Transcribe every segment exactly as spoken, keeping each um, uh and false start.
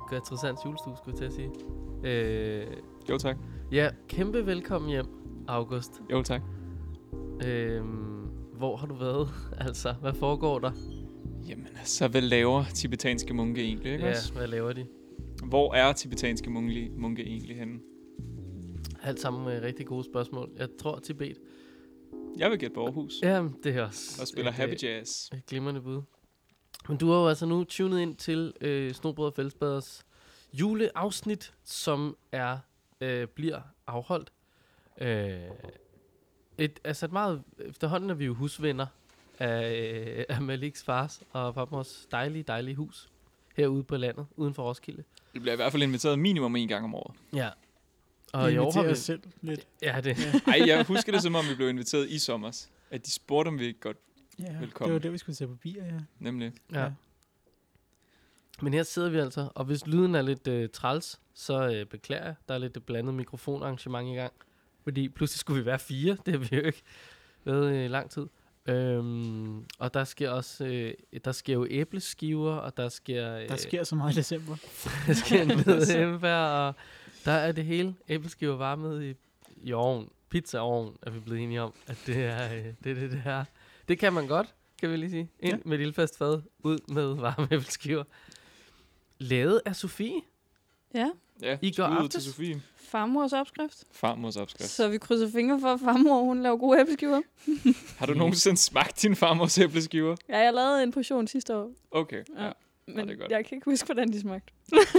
Interessant julestue, skulle jeg til at sige. Øh, Jo, tak. ja, kæmpe velkommen hjem, August. Jo, tak. Øh, hvor har du været? Altså, hvad foregår der? Jamen, så hvad laver tibetanske munke egentlig, ikke Ja, også? hvad laver de? Hvor er tibetanske munke, munke egentlig henne? Alt sammen med rigtig gode spørgsmål. Jeg tror Tibet. Jeg vil gætte på Aarhus. Ja, det er også Og spiller et, happy øh, jazz. et glimrende bud. Men du har jo altså nu tunet ind til øh, Snobrød og Fællesbaders juleafsnit, som er øh, bliver afholdt. Øh, et, altså et meget, efterhånden er vi jo husvenner af, øh, af Maliks fars og farmors dejlige, dejlige hus herude på landet, uden for Roskilde. Vi bliver i hvert fald inviteret minimum en gang om året. Ja. Og i år har vi... os selv lidt. Ja, det. Ja. Ej, jeg husker det som om, vi blev inviteret i sommers. At de spurgte, om vi ikke godt Ja, Velkommen. det var det, vi skulle se på bier, ja. nemlig. Ja. Ja. Men her sidder vi altså, og hvis lyden er lidt øh, træls, så øh, beklager jeg. Der er lidt blandet mikrofonarrangement i gang. Fordi pludselig skulle vi være fire, det har vi jo ikke været i øh, lang tid. Øhm, og der sker også, øh, der sker jo æbleskiver, og der sker... Øh, Der sker så meget i december. der sker noget hembær, og der er det hele. Æbleskiver varmet i, i ovn. Pizzaovn er vi blevet enige om, at det er øh, det, det, det her. Det kan man godt, kan vi lige sige. Ind Ja. med et ildfast fad, ud med varme æbleskiver. Lavet af Sofie. Ja, Ja, I går skud ud aftes? til Sofie. farmors opskrift. Farmors opskrift. Så vi krydser fingre for, at farmor hun laver gode æbleskiver. Har du nogensinde smagt din farmors æbleskiver? Ja, jeg lavede en portion sidste år, Okay, ja. Ja. men det er godt. jeg kan ikke huske, hvordan de smagte.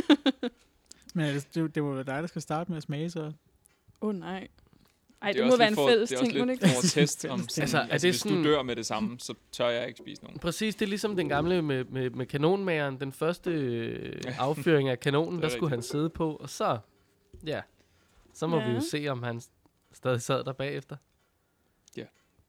Men det, det, det må være dig, der skal starte med at smage, så... Åh oh, nej. Ej, er det, også må være lidt en for- fælles Det er også ting, må det lidt ikke? for at teste om Altså, sådan, er altså, det altså, hvis sådan- du dør med det samme, så tør jeg ikke spise nogen. Præcis, det er ligesom den gamle med, med, med kanonmageren. Den første øh, afføring af kanonen, Det der er skulle han rigtigt. sidde på. Og så, ja, så må Ja. vi jo se, om han s- stadig sad der bagefter. Ja.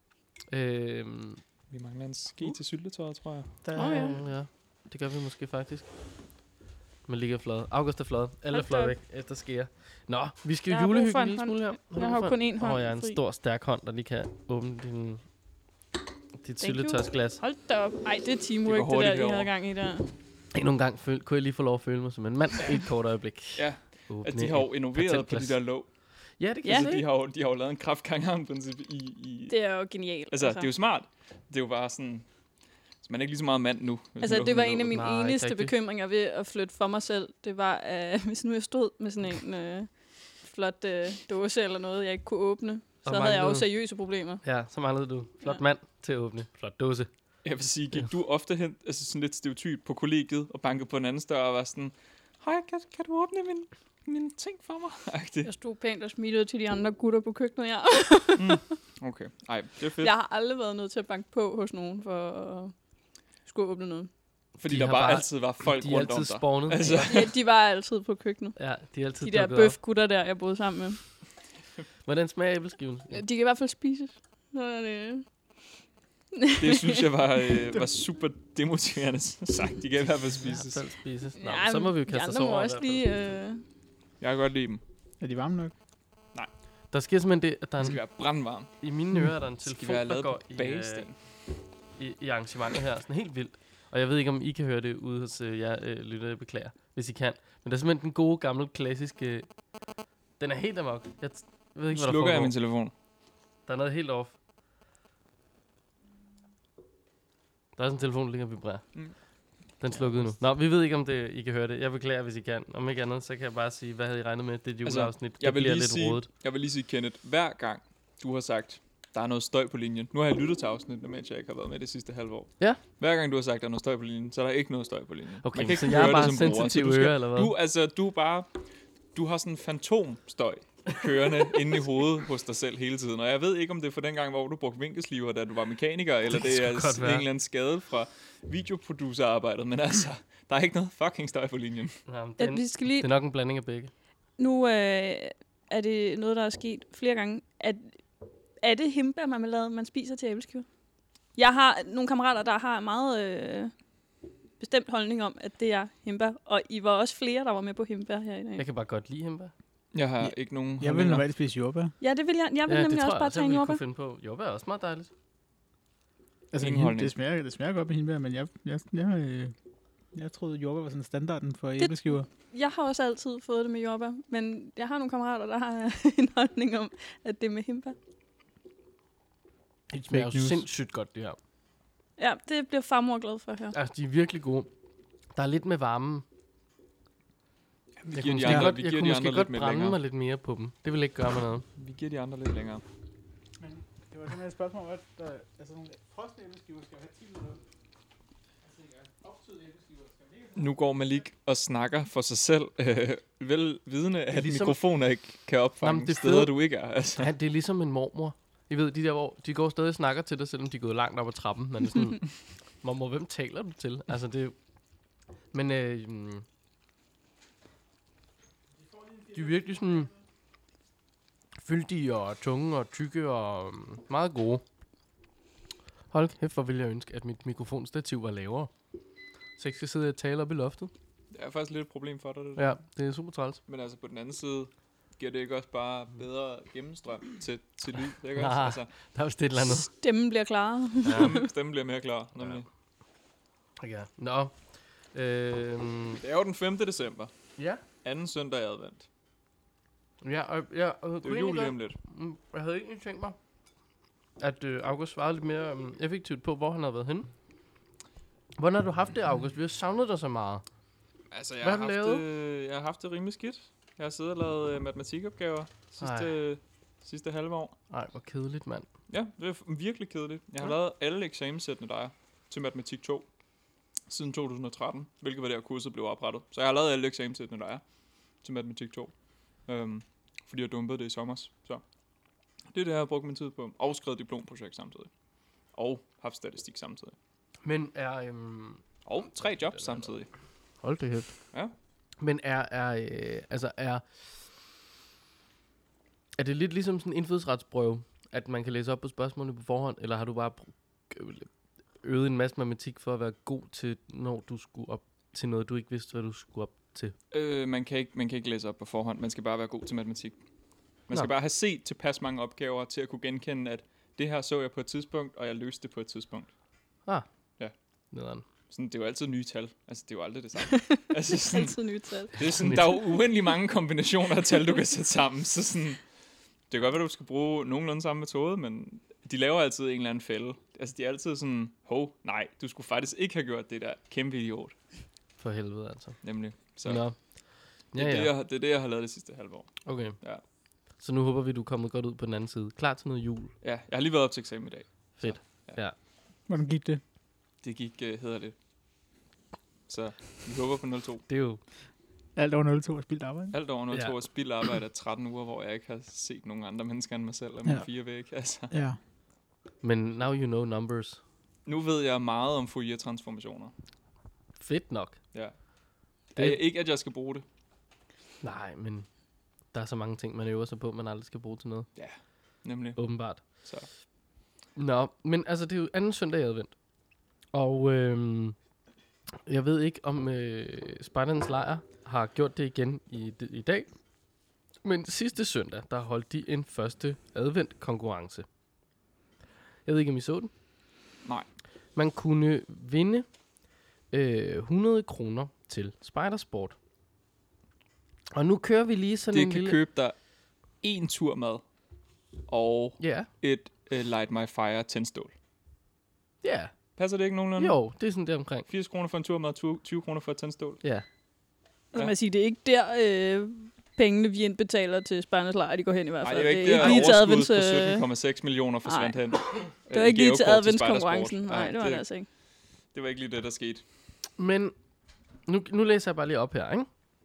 Øhm, Vi mangler en ski til syltetøjet, tror jeg. Der, Åh, ja. ja, det gør vi måske faktisk. Man ligger flad. August er flad. Alle er Hold da flade op. væk efter skære. Nå, vi skal Jeg jo har brug julehygge for en en lille hånd. smule her. Jeg har jo kun én hånd Åh, jeg er en fri. stor, stærk hånd, der lige kan åbne din, dit syltetøjsglas. Hold da op. Ej, det er Det teamwork, går det, det hurtigt der, I herovre. havde gang i der. Endnu en gang føl, kunne jeg lige få lov at føle mig som en mand i et kort øjeblik. Ja, Åbne at de har jo et innoveret på de patentglas. der låg. Ja, det kan Ja. jeg Altså, se. de har jo, de har jo lavet en kraftgangarm-princip i... i Det er jo genialt. altså, det er jo smart. Det er jo bare sådan... Så man er ikke lige så meget mand nu. hvis Altså, man det var lukker en af mine Nej, ikke eneste rigtigt. bekymringer ved at flytte for mig selv. Det var, at hvis nu jeg stod med sådan en øh, flot øh, dåse eller noget, jeg ikke kunne åbne, så Og havde jeg jo manglede- seriøse problemer. Ja, så manglede du. Flot Ja. mand til at åbne. Flot dåse. Jeg vil sige, gik du ofte hen, altså sådan lidt stereotyp på kollegiet, og bankede på en anden dør og var sådan, hej, kan, kan du åbne min, min ting for mig? Agtigt. Jeg stod pænt og smilede til de andre gutter på køkkenet, ja. Okay, ej, det er fedt. Jeg har aldrig været nødt til at banke på hos nogen for at skulle åbne noget. Fordi De der har bare bare- altid var folk De er rundt om altid dig. spawnet. Altså, Ja, de var altid på køkkenet. Ja, de er altid De der dukket op. bøfgutter der, jeg boede sammen med. Hvordan smager æbleskiven? De kan i hvert fald spises. Så er det... det synes jeg var, øh, var super demotiverende sagt. De kan i hvert fald Ja, spises. selv spises. Nå, Ja, så må vi jo de kaste os andre må over. også i hvert fald. lige... Øh... Jeg kan godt lide dem. er de varme nok? Der sker simpelthen det, at der er Det skal en, være brandvarme. i mine ører er der en Det skal telefon, være der lavet går på i, øh, bagesten. i, i arrangementet her. Sådan helt vildt. Og jeg ved ikke, om I kan høre det ude hos øh, jer øh, lyttere, jeg beklager, hvis I kan. Men der er simpelthen den gode, gamle, klassiske... Den er helt amok. Jeg t- ved ikke, hvad der Slukker jeg foregår. min telefon. Der er noget helt off. Der er sådan en telefon, der ligger og vibrerer. Mm. Den slukkede nu. Nå, vi ved ikke, om det, I kan høre det. Jeg beklager, hvis I kan. Om ikke andet, så kan jeg bare sige, hvad havde I regnet med? Det er et Altså, juleafsnit. jeg Det vil bliver lige lidt sige- rodet. Jeg vil lige sige, Kenneth, hver gang du har sagt, der er noget støj på linjen. Nu har jeg lyttet til afsnittet, mens jeg ikke har været med det sidste halve år. Ja. Hver gang du har sagt, der er noget støj på linjen, så er der ikke noget støj på linjen. Okay, Man kan ikke så jeg er høre bare det som bruger. Så sensitiv du skal- øre, eller hvad? Du, altså, du er bare... Du har sådan en fantomstøj kørende inde i hovedet hos dig selv hele tiden. Og jeg ved ikke, om det er for den gang, hvor du brugte vinkelsliver, da du var mekaniker, eller Det det, skulle er godt en være. eller anden skade fra videoproducerarbejdet. Men altså, der er ikke noget fucking støj på linjen. Nå, men Ja, den, vi skal lige... det er nok en blanding af begge. Nu øh, er det noget, der er sket flere gange. At, er det hindbærmarmelade, man spiser til æbleskiver? Jeg har nogle kammerater, der har en meget øh, bestemt holdning om, at det er hindbær. Og I var også flere, der var med på hindbær her i dag. Jeg kan bare godt lide hembær. Jeg har Ja. ikke nogen Jeg vil holdninger. normalt spise jordbær. Ja, det vil jeg. Jeg vil ja, nemlig tror også jeg bare også, tage jeg en ville jordbær. kunne finde på. Jordbær er også meget dejligt. Altså, Ingen hin- holdning. det smager, det smager godt med hindbær, men jeg, jeg, jeg, øh, Jeg troede, jordbær var sådan standarden for æbleskiver. Jeg har også altid fået det med jordbær, men jeg har nogle kammerater, der har en holdning om, at det er med hindbær. Det smager jo news. sindssygt godt, det her. Ja, det bliver farmor glad for at høre. Altså, de er virkelig gode. Der er lidt med varmen. Vi Jeg giver kunne de måske andre, godt, vi jeg giver kunne de måske andre godt lidt mere brænde længere. mig lidt mere på dem. Det vil ikke gøre mig noget. Vi giver de andre lidt længere. Men det var simpelthen et spørgsmål om, at der, altså nogle frosne æbleskiver skal have ti minutter. Altså, opstød æbleskiver skal ikke. Nu går Malik og snakker for sig selv, øh, vel vidende, at ligesom- mikrofoner ikke kan opfange Jamen, det er steder, fedt. du ikke er. Altså. Ja, det er ligesom en mormor. I ved, de der, hvor de går stadig og snakker til dig, selvom de er gået langt op ad trappen. Men sådan, mormor, hvem taler du til? Altså, det er jo- Men, øh, mm, de er virkelig sådan fyldige og tunge og tykke og mm, meget gode. Hold kæft, hvor ville jeg ønske, at mit mikrofonstativ var lavere. Så jeg ikke skal sidde og tale op i loftet. Det er faktisk lidt et problem for dig, det der. Ja, det er super træls. Men altså på den anden side, giver det ikke også bare bedre gennemstrøm til, til lyd, ikke også? Ah. Altså, Der er vist et eller andet. Stemmen bliver klarere. stemmen, stemmen bliver mere klar, nemlig. Ja. Nå. Øhm, Det er jo den femte december, ja. anden søndag i advent. Ja, og, ja, og Det er jo jul lige om lidt. Mm, Jeg havde egentlig tænkt mig, at øh, August svarede lidt mere um, effektivt på, hvor han havde været henne. Hvordan har du haft det, August? Vi har savnet dig så meget. Altså, jeg Hvad har, har du haft, lavet? øh, jeg har haft det rimelig skidt. Jeg har siddet og lavet øh, matematikopgaver sidste, sidste halve år. Nej, hvor kedeligt, mand. Ja, det er f- virkelig kedeligt. Jeg har Ja. lavet alle eksamenssættene, der er til matematik to siden to tusind og tretten, hvilket var der kurset blev oprettet. Så jeg har lavet alle eksamenssættene, der er til matematik to. Øhm, fordi jeg dumpede det i sommer. Så det er det, jeg har brugt min tid på. Og skrevet diplomprojekt samtidig. Og haft statistik samtidig. Men er... Øhm, Og tre jobs samtidig. hold det helt. Ja. Men er... er øh, altså, er... Er det lidt ligesom sådan en indfødsretsprøve, at man kan læse op på spørgsmålene på forhånd, eller har du bare br- øvet en masse matematik for at være god til, når du skulle op til noget, du ikke vidste, hvad du skulle op til? Øh, man, kan ikke, man kan ikke læse op på forhånd. Man skal bare være god til matematik. Man skal Nå. bare have set tilpas mange opgaver til at kunne genkende, at det her så jeg på et tidspunkt, og jeg løste det på et tidspunkt. Nederen. Sådan, det er jo altid nye tal. Altså, det er jo aldrig det samme. altså, sådan, Altid nyt tal. det er sådan, der er jo uendelig mange kombinationer af tal, du kan sætte sammen. Så sådan, det kan godt være, du skal bruge nogenlunde samme metode, men de laver altid en eller anden fælde. Altså, de er altid sådan, hov, nej, du skulle faktisk ikke have gjort det der. Kæmpe idiot. For helvede, altså. Nemlig. Så Nå. det, Ja, er det, ja. jeg, det er det, jeg har lavet det sidste halve år. Okay. Ja. Så nu håber vi, du er kommet godt ud på den anden side. Klar til noget jul. Ja, jeg har lige været op til eksamen i dag. Fedt. Ja. Ja. Hvordan gik det? Det gik, uh, hedder det. Så vi håber på nul to. Det er jo... Alt over nul to er spildt arbejde. Alt over nul to Ja. er spild arbejde af tretten uger, hvor jeg ikke har set nogen andre mennesker end mig selv og mine Ja. fire væg. Altså. Ja. Men now you know numbers. Nu ved jeg meget om Fourier-transformationer. Fedt nok. Ja. Det- Det... Ikke, at jeg skal bruge det. Nej, men der er så mange ting, man øver sig på, man aldrig skal bruge til noget. Nemlig. Åbenbart. Så. Nå, men altså, det er jo anden søndag i advent. Og øhm, jeg ved ikke, om øh, Spejdernes Lejr har gjort det igen i, i dag. Men sidste søndag, der holdt de en første advent-konkurrence. Jeg ved ikke, om I så den? Nej. Man kunne vinde øh, hundrede kroner til Spejdersport. Og nu kører vi lige sådan Det en kan lille... købe dig en tur mad og Ja, et uh, Light My Fire tændstål. ja. Passer det ikke nogenlunde? Jo, det er sådan der omkring. firs kroner for en tur mad, tyve tyve kroner for et tændstål. Ja. Så man sige, det er ikke der, øh, pengene vi indbetaler til Spejdernes Lejr, de går hen i hvert Nej, fald. det er jo ikke der lige til overskud advents, på øh, sytten komma seks millioner forsvandt hen. Det var ikke lige til adventskonkurrencen. Nej, det var det det, altså ikke. det var ikke lige det, der skete. Men nu, nu læser jeg bare lige op her, ikke?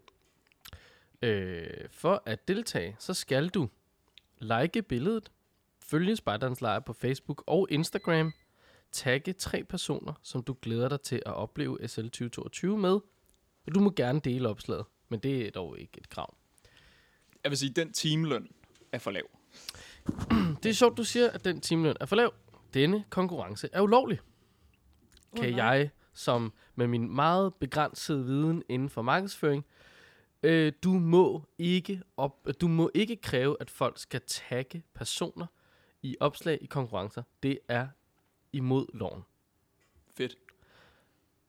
Øh, for at deltage, så skal du like billedet, følge Spejdernes Lejr på Facebook og Instagram, tagge tre personer, som du glæder dig til at opleve S L tyve toogtyve med. Og du må gerne dele opslaget, men det er dog ikke et krav. Jeg vil sige, den timeløn er for lav. Det er sjovt, du siger, at den timeløn er for lav. Denne konkurrence er ulovlig. Åh, Kan nej. jeg, som med min meget begrænsede viden inden for markedsføring, øh, du må ikke op, du må ikke kræve, at folk skal tagge personer i opslag i konkurrencer. Det er imod loven. Fedt.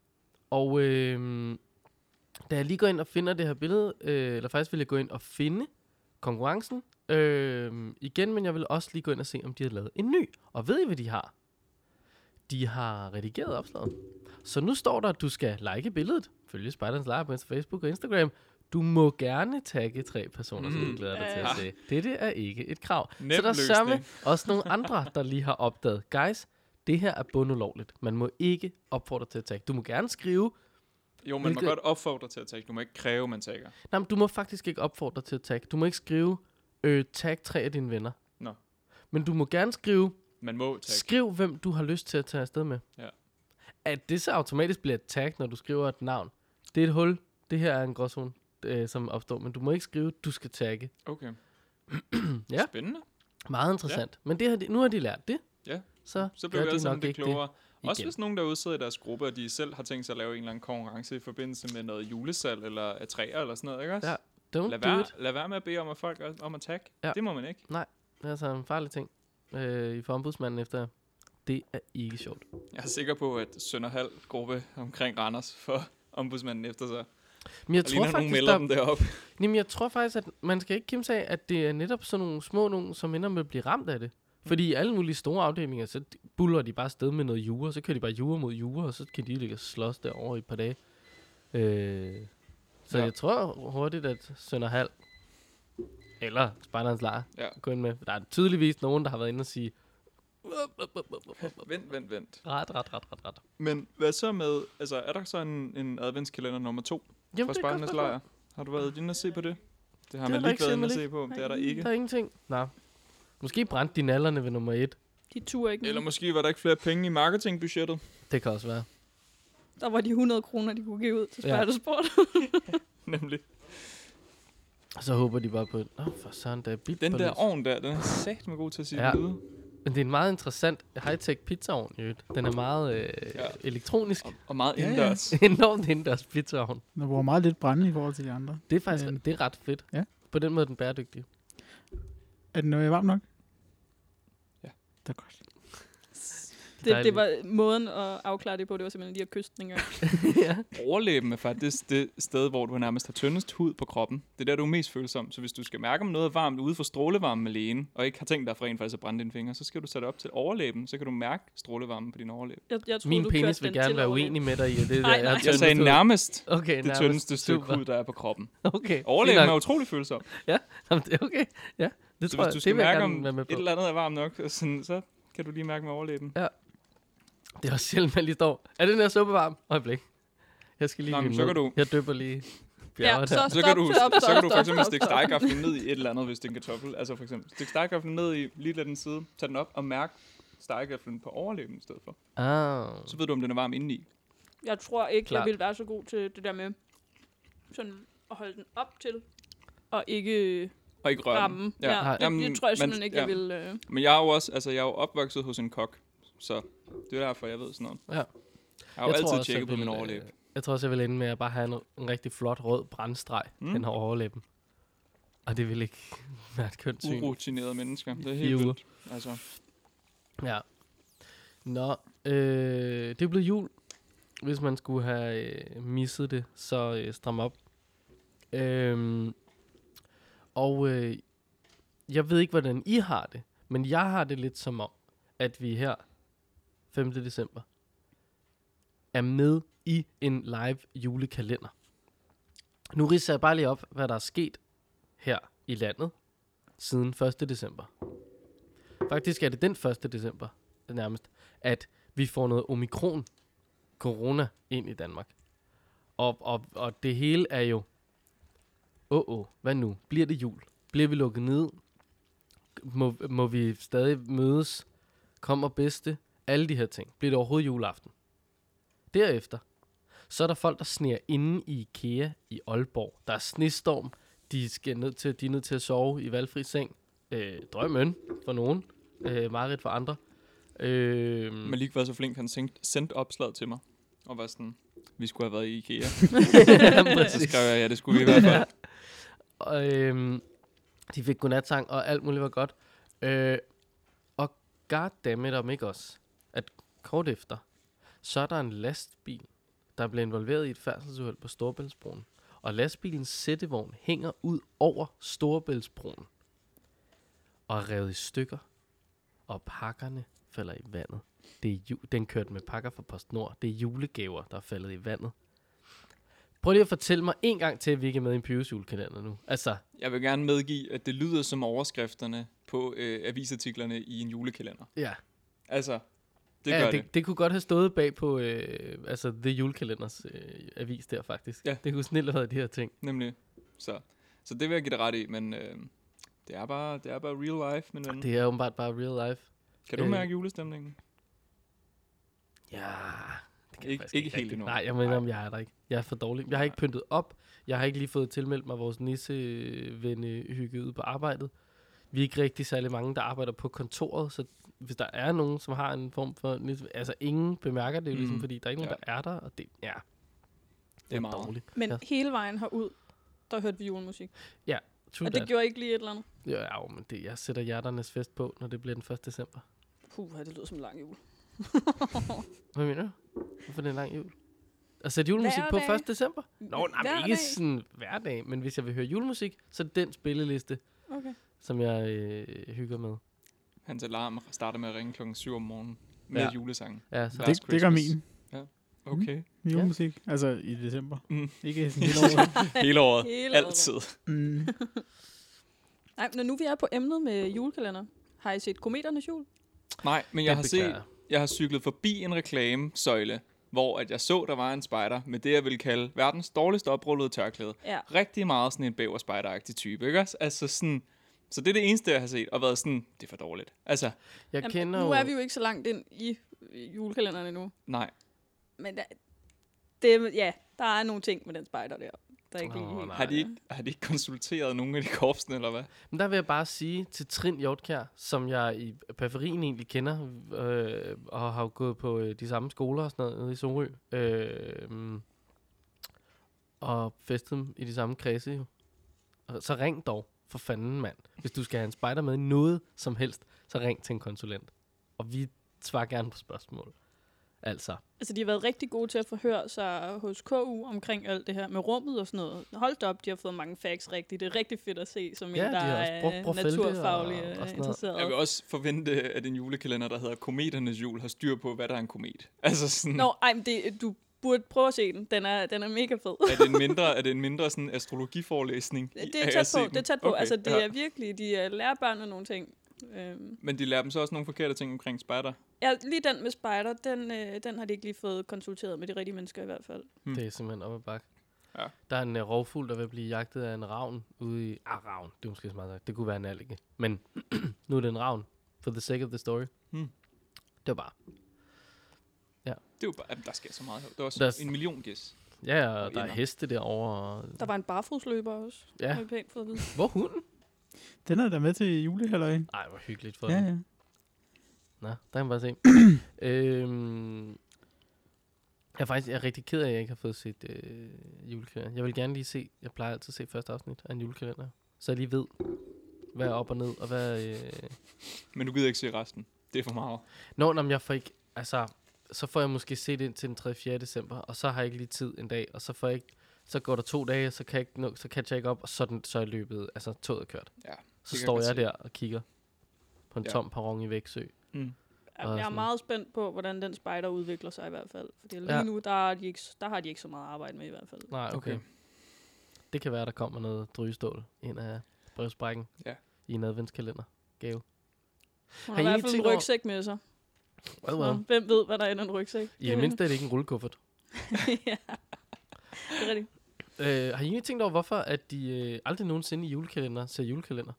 Og øh, da jeg lige går ind og finder det her billede, øh, eller faktisk vil jeg gå ind og finde konkurrencen øh, igen, men jeg vil også lige gå ind og se, om de har lavet en ny. Og ved I, hvad de har? De har redigeret opslaget. Så nu står der, at du skal like billedet, følge Spejderens Lejr på Facebook og Instagram. Du må gerne tagge tre personer, mm. som du glæder dig til at se. Dette er ikke et krav. Nem så der er løsning. sørme også nogle andre, der lige har opdaget. Guys, det her er bundulovligt. Man må ikke opfordre til at tagge. Du må gerne skrive. Jo, man Hvilket- må godt opfordre til at tagge. Du må ikke kræve, man tagger. Nej, men du må faktisk ikke opfordre til at tagge. Du må ikke skrive, øh, tag tre af dine venner. Nå. Men du må gerne skrive, Man må tagge. skriv hvem du har lyst til at tage afsted med. Ja. At det så automatisk bliver et tag, når du skriver et navn. Det er et hul. Det her er en gråzone, øh, som opstår. Men du må ikke skrive, du skal tagge. Okay. Ja. Spændende. Meget interessant. Ja. Men det har de, nu har de lært det. Ja. Så, Så gør bliver vi de alle sammen nok lidt ikke klogere. det Også igen. hvis nogen derude sidder i deres gruppe, og de selv har tænkt sig at lave en eller anden konkurrence i forbindelse med noget julesalg eller af træer eller sådan noget, ikke også? Ja. Don't Lad do være, it. lad være med at bede om at folk om at tagge. Ja. Det må man ikke. Det er altså en farlig ting. Øh, I for ombudsmanden efter. Det er ikke sjovt. Jeg er sikker på, at Sønderhald gruppe omkring Randers for ombudsmanden efter sig. Men jeg Og lige tror når nogen faktisk, melder der, dem deroppe. jamen, jeg tror faktisk, at man skal ikke kimse af, at det er netop sådan nogle små nogen, som ender med at blive ramt af det. Fordi i alle mulige store afdelinger, så buller de bare sted med noget jure, så kører de bare jure mod jure, og så kan de ligge og slås derovre i et par dage. Øh, så Ja. ja. jeg tror hurtigt, at Sønderhald, eller Spejderens Lejr, Ja. gå ind med. Der er tydeligvis nogen, der har været inde og sige, Vent, vent, vent. ret, ret, ret, ret, ret. Men hvad så med, altså er der så en, en adventskalender nummer to Jamen, fra det er godt Spejdernes spørgsmål. Lejr? Har du været inde og se på det? Det har Det man har lige jeg været inde ikke og set, se på. Det er der ikke. Der er ingenting. Nej. Måske brændte de nallerne ved nummer et. De turde ikke. Eller Eller måske var der ikke flere penge i marketingbudgettet. Det kan også være. der var de hundrede kroner, de kunne give ud til Ja. Spejdersport. Nemlig. Så håber de bare på, åh, for søren, der er bit Den på der lys. ovn der, den er sagt med god til at sige Ja. ja. lyde. Men det er en meget interessant high-tech pizzaovn, i øvrigt. Den er meget øh, Ja. ja. elektronisk. Og, og meget Ja, ja. indendørs. Enormt indendørs pizzaovn. Den bruger meget lidt brænde i forhold til de andre. Det er faktisk Øhm, det er ret fedt. ja. På den måde er den bæredygtig. Er den øh, varm nok? Ja. Det er godt. Det, det var måden at afklare det på. Det var simpelthen lige at kysse den en gang. ja. Overlæben er faktisk det sted, hvor du nærmest har tyndest hud på kroppen. Det er der, du er mest følsom. Så hvis du skal mærke, om noget er varmt ude for strålevarmen alene, og ikke har tænkt dig for rent faktisk at brænde dine fingre, så skal du sætte op til overlæben, så kan du mærke strålevarmen på din overlæb. Jeg, jeg troede, Min du penis kørte vil den gerne til være overlæben. uenig med dig i at det. Nej, der nej. er Jeg tyndest sagde hud. nærmest Okay, det nærmest. tyndeste stykke Super. hud, der er på kroppen. Okay. Overlæben fint er nok. utrolig følsom. Jamen, det er okay. Ja, det Så tror hvis jeg. du Det skal vil jeg mærke, gerne om være med et på. eller andet er varmt nok, og sådan, så kan du lige mærke med overlæben. Det er også sjældent, man lige står. Er den her suppe varm? Øjeblik. Jeg skal lige Nå, men lige så ned. kan du- Jeg dypper lige Ja, bjerget så her. Så stop, kan du, stop, så stop, kan du for stop, eksempel stop, stikke stop. stegegaflen ned i et eller andet, hvis det er en kartoffel. Altså for eksempel, stik stegegaflen ned i, lige lad den side, tag den op og mærk stegegaflen på overlæben i stedet for. Ah. Så ved du, om den er varm indeni. Jeg tror ikke, Klart. jeg ville være så god til det der med sådan at holde den op til, og ikke Og ikke røre ramme. den. Ja, ja. Det, Jamen, det tror jeg men- simpelthen ikke, jeg ja. ville... Øh. Men jeg er jo også, altså jeg er jo opvokset hos en kok, så det er derfor, jeg ved sådan noget. Ja. Jeg har jo Jeg tror altid også, tjekket jeg på min vil, overlæb. øh, Jeg tror også, jeg vil ende med at bare have en, en rigtig flot rød brandstreg Mm. mm. hen over overlæben. Og det vil ikke være et kønt syn. Urutinerede mennesker. Det er Fire helt uger. vildt. Altså, Ja. Nå, øh, det er blevet jul. Hvis man skulle have øh, misset det, så øh, stram op. Øhm, og øh, jeg ved ikke, hvordan I har det, men jeg har det lidt som om, at vi her femte december er med i en live julekalender. Nu ridser jeg bare lige op, hvad der er sket her i landet siden første december. Faktisk er det den første december nærmest, at vi får noget omikron corona ind i Danmark. Og, og, og det hele er jo, åh, åh, hvad nu? Bliver det jul? Bliver vi lukket ned? Må, må vi stadig mødes? Kommer bedste? Alle de her ting. Bliver det overhovedet juleaften? Derefter, så er der folk, der sneer inde i IKEA i Aalborg. Der er snestorm. De, skal ned til, de er nødt til at sove i valgfri seng. Øh, drømmen for nogen. Øh, Marit for andre. Øh, Malik var så flink, han sendte, sendte opslaget til mig. Og var sådan, vi skulle have været i IKEA. Så skrev jeg, ja, det skulle vi i hvert fald. Og, øhm, de fik godnatsang, og alt muligt var godt. Øh, og goddammit om ikke også, at kort efter, så er der en lastbil, der blev involveret i et færdselsuheld på Storebæltsbroen. Og lastbilens sættevogn hænger ud over Storebæltsbroen og er revet i stykker, og pakkerne falder i vandet. Det er ju- den kørte med pakker fra PostNord. Det er julegaver, der er faldet i vandet. Prøv lige at fortælle mig en gang til, at vi ikke er med i en Pyrus julekalender nu. Altså, Jeg vil gerne medgive, at det lyder som overskrifterne på øh, avisartiklerne i en julekalender. ja. Altså, det ja, gør det, det. det kunne godt have stået bag på øh, altså The Julekalenders øh, avis der, faktisk. Ja. Det kunne snilt have været de her ting. Nemlig. Så, så det vil jeg give dig ret i, men øh, det, er bare, det er bare real life, min ven. Det er åbenbart bare real life. Kan du øh, mærke julestemningen? Ja, det kan Ikke- jeg faktisk ikke helt rigtig. endnu. Nej, jeg mener, om jeg er der ikke. Jeg er for dårlig. Jeg har ikke pyntet op. Jeg har ikke lige fået tilmeldt mig vores nissevenne hygge ude på arbejdet. Vi er ikke rigtig særlig mange, der arbejder på kontoret, så hvis der er nogen, som har en form for nisse, altså ingen bemærker det jo ligesom, Mm. fordi der er ikke nogen, Ja. der er der, og det, ja, Det er meget. dårligt. Men Ja. hele vejen herud, der hørte vi julemusik. True Og that. det gjorde ikke lige et eller andet. Ja, ja, men det, jeg sætter hjerternes fest på, når det bliver den første december. Puh, det lyder som en lang jul. Hvad mener du? Hvorfor er det en lang jul? At sætte julemusik Hver på dag. første december? Nå, nej, Hver men ikke dag. sådan hver dag, men hvis jeg vil høre julemusik, så er det den spilleliste, Okay. som jeg øh, hygger med. Hans alarm starter med at ringe klokken syv om morgenen med Ja. ja. julesangen. Ja, så Last Det, det gør Christmas. min Okay. julemusik. Altså i december. Mm. Ikke sådan hele året. Hele året. Hele året. Altid. Mm. Nej, når nu vi er på emnet med julekalender, har I set Kometernes jul? Nej, men jeg det har beklager set, jeg har cyklet forbi en reklamesøjle, hvor at jeg så, der var en spejder med det, jeg vil kalde verdens dårligste oprullede tørklæde. Ja. Rigtig meget sådan en bæverspejderagtig type, ikke også? Altså sådan, så det er det eneste, jeg har set, og været sådan, det er for dårligt. Altså, Jeg Jamen, kender nu jo... er vi jo ikke så langt ind i julekalenderen endnu. nej. Men der, det, ja, der er nogle ting med den spejder der, der ikke lige Åh, helt... nej. Har de, ikke, har de ikke konsulteret nogen af de korpsene, eller hvad? Men der vil jeg bare sige til Trin Hjortkjær, som jeg i periferien egentlig kender, øh, og har jo gået på øh, de samme skoler og sådan noget nede i Sorø, øh, og festet dem i de samme kredse jo. Og så ring dog, for fanden mand. Hvis du skal have en spejder med i noget som helst, så ring til en konsulent. Og vi svarer gerne på spørgsmål. Altså, Altså, de har været rigtig gode til at forhøre sig hos K U omkring alt det her med rummet og sådan noget. Hold da op, de har fået mange facts rigtigt. Det er rigtig fedt at se, som Ja, en, de der har også brugt er Brofeldt og- naturfaglig og og, sådan noget. interesseret. Jeg vil også forvente, at en julekalender, der hedder Kometernes Jul, har styr på, hvad der er en komet. Altså sådan, Nå, ej, men det, du burde prøve at se den. Den er, den er mega fed. er det en mindre, er det en mindre sådan astrologiforelæsning? Det af er at tæt se på, den? det er tæt på. Okay, Altså, det ja. er virkelig, de uh, lærer børnene nogle ting. Øhm. Men de lærer dem så også nogle forkerte ting omkring spejder. Ja, lige den med spider, den, øh, den har de ikke lige fået konsulteret med de rigtige mennesker i hvert fald. Hmm. det er simpelthen op ad bakke. Ja. Der er en uh, rovfugl, der vil blive jagtet af en ravn ude i... Ah, ravn. Det er måske så meget sagt. Det kunne være en alge. Men nu er det en ravn. For the sake of the story. Hmm. Det var bare... Det er jo bare, jamen, der sker så meget her. Der er også Der er- en million gæs. Ja, og Og der er ender. heste derovre. Og... Der var en barfodsløber også. Ja. Har vi pænt fået at vide. Hvor er hunden? Den er der med til julehalløjen. Ej, hvor hyggeligt for Ja, dem. ja. Nå, der kan man bare se. øhm, jeg er faktisk jeg er rigtig ked af, at jeg ikke har fået set øh, julekalender. Jeg vil gerne lige se, jeg plejer altid at se første afsnit af en julekalender. Så jeg lige ved, hvad er op og ned, og hvad... Øh... Men du gider ikke se resten. Det er for meget. Nå, nå, men jeg får ikke... Altså, så får jeg måske set ind til den tredje fjerde december, og så har jeg ikke lige tid en dag, og så får jeg ikke... Så går der to dage, så kan jeg ikke nå, så catcher jeg ikke op, og så er, den, så er løbet, altså toget er kørt. Ja, Så kan står godt jeg se. der og kigger på en Ja. tom perron i Væksø. Mm. Jeg, Og jeg er sådan- meget spændt på, hvordan den spider udvikler sig i hvert fald. Fordi lige Ja. nu, der, er de ikke, der har de ikke så meget arbejde med i hvert fald. Nej, okay. Okay. okay. Det kan være, der kommer noget drygestål ind af brevsprækken Ja. i en adventskalender gave. Hun Har har I i hvert ikke fald en tænkt over- rygsæk med sig. Well, Nå, well. hvem ved, hvad der er i den rygsæk? I det mindste er det ikke en rullekuffert. Ja, det er rigtigt. Øh, har I egentlig tænkt over, hvorfor at de øh, aldrig nogensinde i julekalender ser julekalender?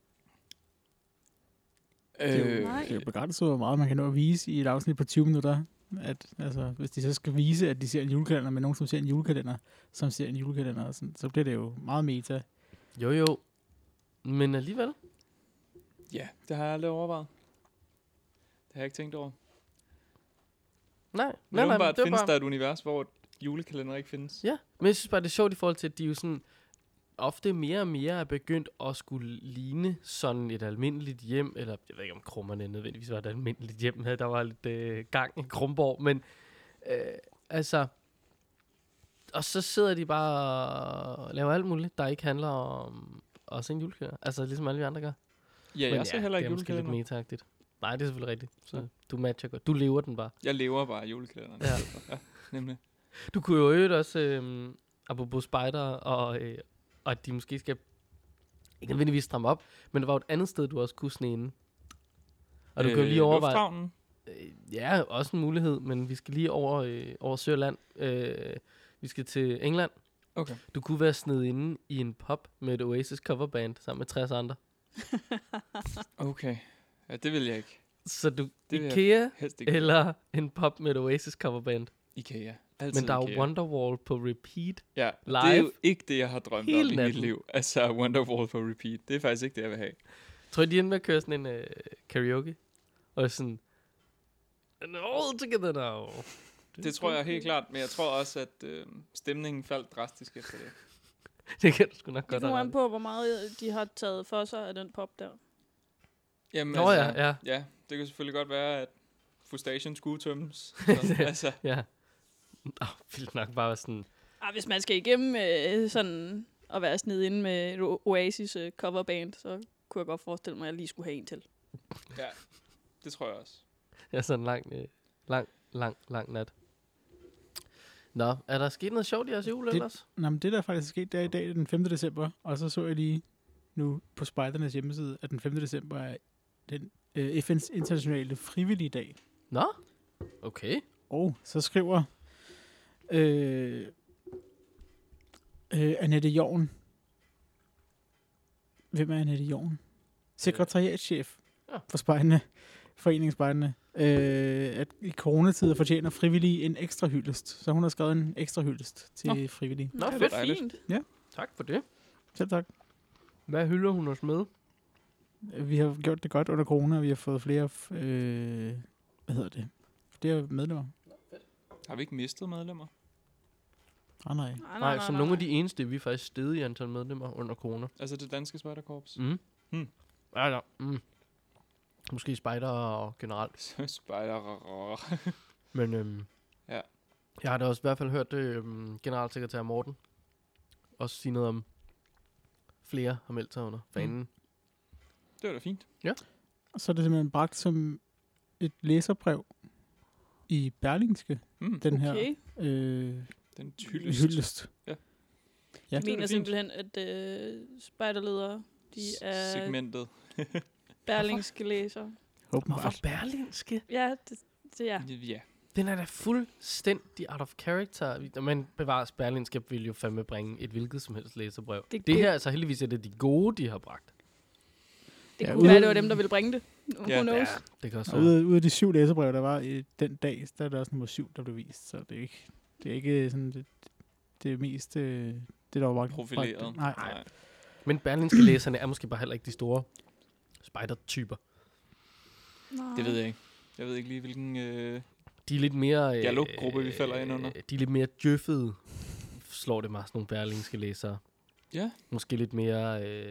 Det er jo, Nej. det er jo begrænset, hvor meget man kan nå at vise i et afsnit på tyve minutter. At, altså, hvis de så skal vise, at de ser en julekalender med nogen, som ser en julekalender, som ser en julekalender, og sådan, så bliver det jo meget meta. Jo, jo. Men alligevel. Ja, det har jeg aldrig overvejet. Det har jeg ikke tænkt over. Nej, Men nej, nej, åbenbart det var findes bare... der et univers, hvor julekalender ikke findes. Ja, men jeg synes bare, det er sjovt i forhold til, at de jo sådan ofte mere og mere er begyndt at skulle ligne sådan et almindeligt hjem, eller jeg ved ikke, om Krummerne nødvendigvis var et almindeligt hjem, her der var lidt øh, gang i Krumborg, men øh, altså, og så sidder de bare og laver alt muligt, der ikke handler om at se en julekalender. Altså ligesom alle vi andre gør. Ja, jeg ser heller ikke det er måske lidt julekalender. meta-agtigt. Nej, det er selvfølgelig rigtigt. Så du matcher godt. Du lever den bare. Jeg lever bare julekalenderen. Ja. ja, nemlig. Du kunne jo øvrigt også, øhm, apropos spider, og, øh, og at de måske skal, ikke nødvendigvis stramme op, men der var jo et andet sted, du også kunne sne inde. Og du kan jo lige overveje... Lufthavnen. Øh, ja, også en mulighed, men vi skal lige over, øh, over Sørland. Øh, vi skal til England. Okay. Du kunne være sned inde i en pub med et Oasis coverband sammen med tres andre. Okay. Ja, det vil jeg ikke. Så du, Det vil jeg IKEA Helst ikke. eller en pub med et Oasis coverband. IKEA. Altid Men der er jo IKEA. Wonderwall på repeat. Ja, live. det er jo ikke det, jeg har drømt Hele om i mit natten. liv. Altså, Wonderwall på repeat. Det er faktisk ikke det, jeg vil have. Tror jeg, de endte med at køre sådan en uh, karaoke? Og sådan... And all together now. Det tror jeg helt klart, men jeg tror også, at øh, stemningen faldt drastisk efter det. Det kan du sgu nok Det godt kommer have an ret. på, hvor meget de har taget for sig af den pop der. Jamen, Nå ja, ja. ja, det kan selvfølgelig godt være, at Fustation skulle tømmes. Så, altså, Ja. Åh, vildt nok bare sådan... Ah, hvis man skal igennem øh, sådan at være sned inde med et O- Oasis øh, coverband, så kunne jeg godt forestille mig, at jeg lige skulle have en til. ja, det tror jeg også. Ja, sådan en lang, øh, lang, lang, lang nat. Nå, er der sket noget sjovt i jeres jul Det- ellers? Nå, men det der faktisk er sket, det er i dag, den femte december, og så så jeg lige nu på Spejdernes hjemmeside, at den femte december er den øh, F N's internationale frivillige dag. Nå, okay. Og så skriver øh, øh, Annette Jorn. Hvem er Annette Jorn? Sekretariatschef Ja. for Spejderne, Foreningen Spejderne. Øh, at i coronatider fortjener frivillige en ekstra hyldest. Så hun har skrevet en ekstra hyldest til Nå. frivillige. Nå, det er fedt. Dejligt. fint. Tak for det. Selv tak. Hvad hylder hun os med? Vi har gjort det godt under corona, og vi har fået flere, øh, hvad hedder det, flere medlemmer. Har vi ikke mistet medlemmer? Ah, nej. Nej, Nej, som nogle af de eneste, vi er faktisk steget i antal medlemmer under corona. Altså det danske spejderkorps? Mm. Hmm. Ja, ja. Mm. Måske spejder og generelt. Spejder. Men øhm, Ja. jeg har da også i hvert fald hørt øhm, generalsekretær Morten også sige noget om flere har meldt sig under fanen. Det var da fint. Og så er det simpelthen bragt som et læserbrev i Berlingske, Mm. den her Okay. øh, Den tyldest. hyldest. Ja. Ja. Jeg Det er mener da fint. simpelthen, at øh, spejderledere, de er Segmentet. berlingske læsere. Åbenbart. Hvorfor Berlinske? Ja, det, det er. Ja. Den er da fuldstændig out of character. Men bevares Berlinske vil jo fandme bringe et hvilket som helst læserbrev. Det- Det, det det- her er altså heldigvis et af de gode, de har bragt. Det Ja, kunne ude- være, det var dem, der ville bringe det. Who Ja, knows? Det kan også Og være. ude, ude af de syv læserbrev, der var i den dag, der er der også nummer syv, der blev vist. Så det er ikke, det er ikke sådan det, det mest... Øh, det der var bragt- Profileret. bragt- Nej. Nej. Men Berlinske læserne er måske bare heller ikke de store spider-typer. Nej. Det ved jeg ikke. Jeg ved ikke lige, hvilken... Øh... De er lidt mere... Øh, Dialoggruppe, vi falder ind under. De er lidt mere djøffede, slår det mig, sådan nogle berlingske læsere. Ja. Måske lidt mere... Øh,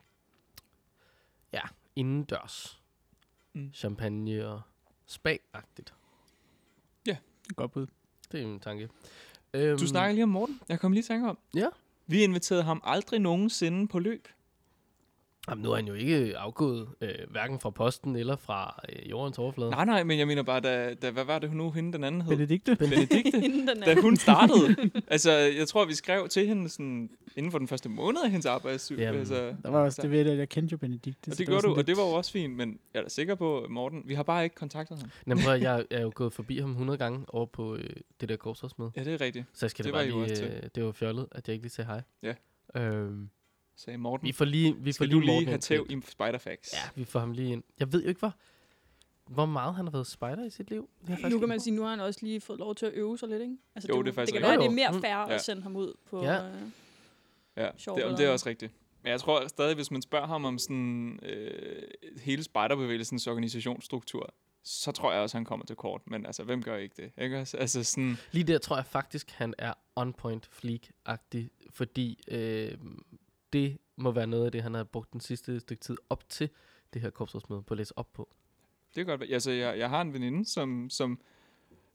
ja, indendørs. Mm. Champagne og spa-agtigt. Godt bud. Det er min tanke. Øhm, Du snakker lige om Morten. Jeg kom lige i tanke om. Ja. Vi inviterede ham aldrig nogensinde på løb. Jamen, nu er han jo ikke afgået, øh, hverken fra posten eller fra øh, jordens overflade. Nej, nej, men jeg mener bare, da, da hvad var det nu, hende den anden hed? Benedikte? Benedikte. Inden den Da er. hun startede. Altså, jeg tror, vi skrev til hende sådan, inden for den første måned af hendes arbejdsliv. Jamen, Altså, Der var også det ved, at jeg kendte jo Benedikte. og så det var gjorde du, sådan og det var lidt- jo også fint, men jeg er da sikker på, Morten, vi har bare ikke kontaktet ham. Jamen, prøv, at, jeg, jeg er jo gået forbi ham hundrede gange over på øh, det der korpsrådsmøde. Ja, det er rigtigt, Så jeg skal Det det, var bare I jo også lige... Øh, det var fjollet, at jeg ikke lige sagde hej. Ja. Øhm, sagde Morten. vi får lige... Vi får Skal lige du lige Morten have ind til- tæv i Spiderfax? Ja, vi får ham lige ind. Jeg ved jo ikke, hvor, hvor meget han har været spider i sit liv. Det har jeg faktisk Nu kan ikke- man sige, nu har han også lige fået lov til at øve sig lidt, ikke? Altså, Jo, det er faktisk det kan rigtigt. være, at det er Jo, mere jo. fair Mm. Ja. at sende ham ud på... Ja. Øh, Ja, Sjovt det, eller det er hvad? også rigtigt. Men jeg tror stadig, hvis man spørger ham om sådan øh, hele spejderbevægelsens organisationsstruktur, så tror jeg også, han kommer til kort. Men altså, hvem gør ikke det? Ikke? også? Altså sådan, Lige der tror jeg faktisk, han er on point fleek-agtig, fordi øh, det må være noget af det, han har brugt den sidste stykke tid op til det her korpsrådsmøde på at læse op på. det kan godt være. Altså, jeg, jeg har en veninde, som, som,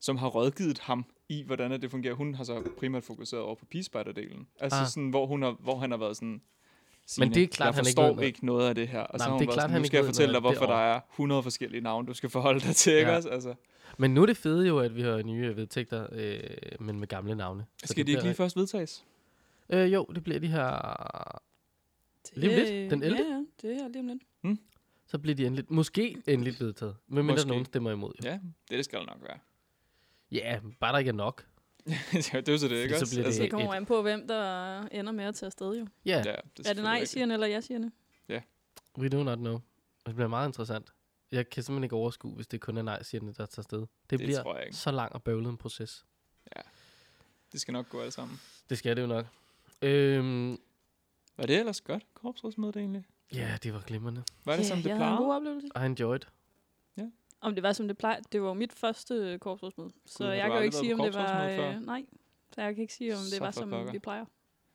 som har rådgivet ham i, hvordan det fungerer. Hun har så primært fokuseret over på pigespejder-delen. Altså Ah. sådan, hvor, hun har, hvor han har været sådan, Men det er klart, jeg han ikke forstår ved noget." ikke noget af det her. Og Nej, så har men hun det er været klart, sådan, han nu ikke skal jeg ved fortælle dig, noget hvorfor der derovre. er hundrede forskellige navne, du skal forholde dig til, ikke Ja. også? Altså, Men nu er det fede jo, at vi har nye vedtægter, øh, men med gamle navne. Så skal det de ikke bliver lige først vedtages? Øh, jo, det bliver de her... Lige om lidt. Den ellevte. Ja, ja, det er her lige om lidt. Så bliver de endeligt, måske endeligt vedtaget. Men mindre Måske. nogen stemmer imod. Jo. Ja, det, det skal det nok være. Ja, bare der ikke er nok. det er jo så det, ikke så også? bliver det- Altså, Det kommer an på, hvem der ender med at tage afsted jo. Ja, ja, yeah, det Er det selvfølgelig nej, rigtigt. siger eller jeg siger we do not know. Det bliver meget interessant. Jeg kan simpelthen ikke overskue, hvis det kun er nej-sigerne, der tager afsted. Det, Det bliver tror jeg ikke. så lang og bøvlet en proces. Det skal nok gå alle sammen. Det skal det jo nok. Øhm, Var det ellers godt, korpsrådsmødet egentlig? ja, det var glimrende. Var det, Ja, som det jeg havde en god plejede? oplevelse. I enjoyed. Om det var, som det plejer. Det var jo mit første korpsrådsmøde. Så Gud, har jeg du kan jo aldrig ikke været sige, på om det var... korpsrådsmøde før? Øh, nej. Så jeg kan ikke sige, om det Så var, for som pokker. vi plejer.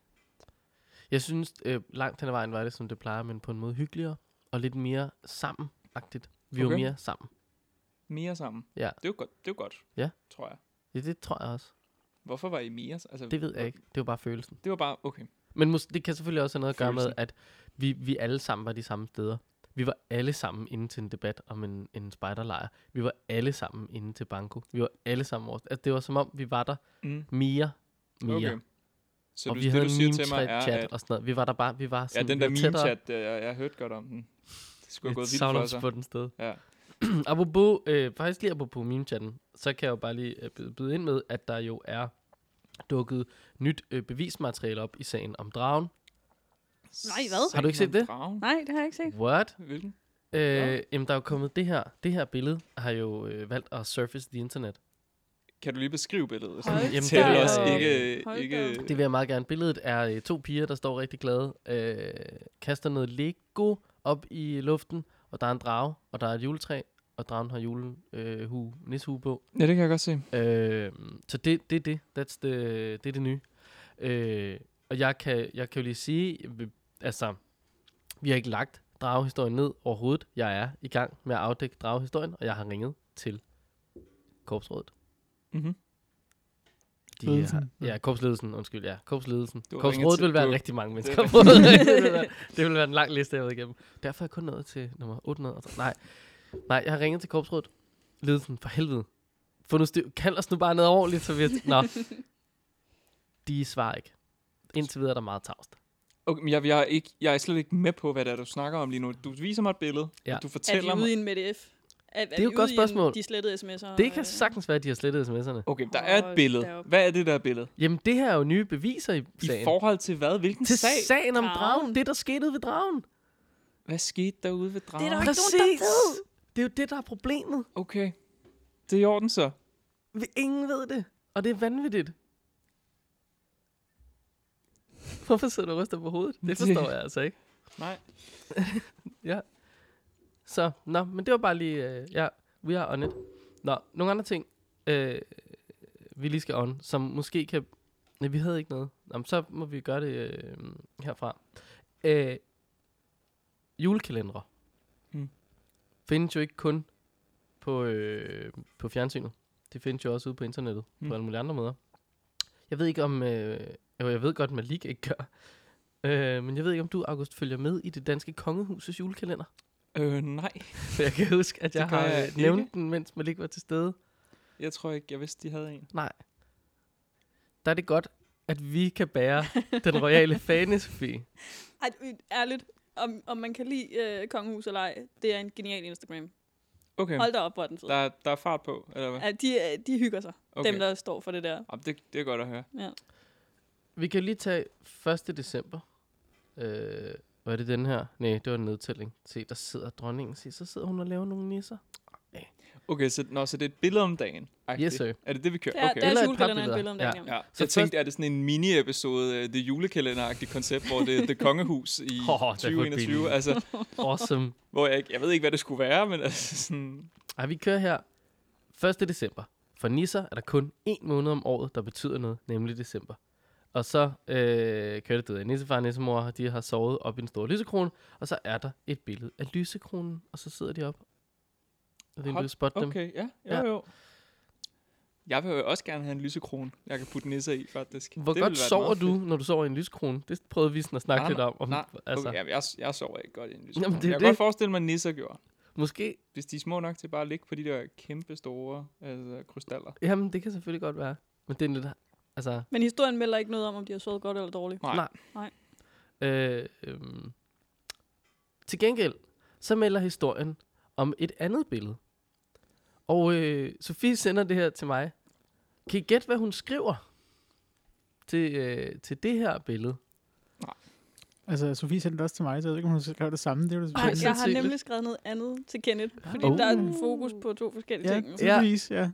Jeg synes, øh, langt hen ad vejen var det, som det plejer, men på en måde hyggeligere og lidt mere sammenagtigt. Vi okay. var Okay. mere sammen. Mere sammen? Ja. Det er jo godt, det er jo godt Ja. tror jeg. Ja, det tror jeg også. Hvorfor var I mere? Altså, Det ved jeg ikke. Det var bare følelsen. Det var bare, okay. Men mås- det kan selvfølgelig også have noget at gøre med, Følelsen. at vi, vi alle sammen var de samme steder. Vi var alle sammen inde til en debat om en, en spejderlejr. Vi var alle sammen inde til banko. Vi var alle sammen over. Altså, det var som om, vi var der Mm. mere. mere. Okay. Så og du, vi det, havde du en siger meme til mig, er, chat at og sådan noget. Vi var der bare, vi var ja, sådan, den vi der var tættere. meme-chat, øh, jeg, jeg har hørt godt om den. Det skulle have gået vildt for savner sig. på den sted. Ja. Apropos, øh, faktisk lige apropos meme-chatten, så kan jeg jo bare lige øh, byde, byde ind med, at der jo er dukket nyt øh, bevismateriale op i sagen om dragen. Nej, hvad? Har du ikke set det? Dragen? Nej, det har jeg ikke set. What? Hvilken? Øh, Nå. jamen, der er jo kommet det her. Det her billede har jo øh, valgt at surface the internet. Kan du lige beskrive billedet? Hold Jamen, Tæl det er- os øh, ikke... hold ikke da op. Det vil jeg meget gerne. Billedet er øh, to piger, der står rigtig glade, øh, kaster noget Lego op i luften, og der er en drage, og der er et juletræ, og dragen har julehue, øh, hue- nissehue på. Ja, det kan jeg godt se. Øh, så det, det er det. That's the, det er det nye. Øh, og jeg kan, jeg kan jo lige sige, øh, altså, vi har ikke lagt dragehistorien ned overhovedet. Jeg er i gang med at afdække dragehistorien, og jeg har ringet til korpsrådet. Mm-hmm. De Ledelsen. har, ja, korpsledelsen, undskyld, ja, korpsledelsen. Du har Korpsrådet ringet til- vil være du- rigtig mange mennesker. det- på det, vil være, det vil være en lang liste, jeg har været igennem. Derfor er jeg kun nået til nummer otte hundrede. og tre. Nej, nej, jeg har ringet til korpsrådet. Ledelsen, for helvede. Få nu styr. Kald os nu bare noget ordentligt, så vi... Nå. De svarer ikke. Indtil videre er der meget tavst. Okay, men jeg, jeg, er ikke, jeg er slet ikke med på, hvad det er, du snakker om lige nu. Du viser mig et billede, Ja. og du Er fortæller de mig... ude i en med det F? Er, er jo et godt spørgsmål. De slettede sms'er? Det kan øh, sagtens være, at de har slettet sms'erne. Okay, der er et Hold billede. da op. Hvad er det der billede? Jamen, det her er jo nye beviser i I sagen. forhold til hvad? Hvilken Til sag? sagen om Dragen. dragen. Det, der skete ude ved dragen. Hvad skete derude ved dragen? Det er der jo ikke Præcis. nogen, der ved. Det er jo det, der er problemet. Okay, det er i orden så. Vi, ingen ved det. Og det er vanvittigt. Hvorfor sidder du og ryster på hovedet? Det forstår jeg altså ikke. Nej. Ja. Så, nå, men det var bare lige, uh, ja, we are on it. Nå, nogle andre ting, uh, vi lige skal on, som måske kan, nej, vi havde ikke noget. Nå, men så må vi gøre det uh, herfra. Uh, julekalendere Hmm. findes jo ikke kun på, øh, på fjernsynet. Det findes jo også ude på internettet, Hmm. på alle mulige andre måder. Jeg ved ikke om, øh, jo, jeg ved godt, Malik ikke gør, øh, men jeg ved ikke, om du, August, følger med i det danske kongehusets julekalender. Øh, nej. For jeg kan huske, at Det jeg gør har jeg øh, ikke. nævnt den, mens Malik var til stede. Jeg tror ikke, jeg vidste, de havde en. Nej. Der er det godt, at vi kan bære den royale fane, Sofie. Ej, øh, ærligt. Om, om man kan lide øh, kongehus eller ej, det er en genial Instagram. Okay, Hold da op, hvor er den fed. der, er- der er fart på, eller hvad? Ja, de, øh, de hygger sig. Okay. Dem, der står for det der. Jamen, det, det er godt at høre. Ja. Vi kan lige tage første december. Øh, hvad er det den her? Nej, det var en nedtælling. Se, der sidder dronningen. Se, så sidder hun og laver nogle nisser. Okay, så, nå, så det er et billede om dagen. Yes, sir. Er det det, vi kører? Der, Okay. Deres Eller et julekalender par er et billede om billeder. dagen. Ja. Ja. Ja, så Så jeg tænkte, er det sådan en mini-episode, uh, det julekalender-agtige koncept, hvor det er det kongehus i Åh, that would tyve be enogtyve, altså, Awesome. hvor jeg ikke, jeg ved ikke, hvad det skulle være, men altså sådan, Ej, vi kører her første december. For nisser er der kun en måned om året, der betyder noget, nemlig december. Og så øh, kører det ud af nissefar og nissemor, de har sovet op i en stor lysekrone, og så er der et billede af lysekronen, og så sidder de op. Vil du Hold- spotte dem? okay, ja, jo, Ja. jo. Jeg vil jo også gerne have en lysekrone, jeg kan putte nisser i, faktisk. Hvor Det godt ville være sover meget du, fedt. når du sover i en lyskrone? Det prøvede vi sådan at snakke Nej, lidt om. om Nej, altså, okay, jamen, jeg, jeg sover ikke godt i en lysekrone. Jamen, det er Jeg kan det. godt forestille mig, at nisser gjorde. Måske. Hvis de er små nok til bare at ligge på de der kæmpe store altså, krystaller. Jamen, det kan selvfølgelig godt være. Men det er lidt... Altså, Men historien melder ikke noget om, om de har sovet godt eller dårligt. Nej. Nej. Nej. øh, øhm, til gengæld, så melder historien om et andet billede. Og øh, Sofie sender det her til mig. Kan I gætte, hvad hun skriver til, øh, til det her billede? Altså, Sofie sendte det også til mig, så jeg ved ikke, om hun skrev det samme. Det er jo det Nej, jeg har sandsynligt. nemlig skrevet noget andet til Kenneth, fordi Oh. der er et fokus på to forskellige Ja, ting. tydeligvis, ja.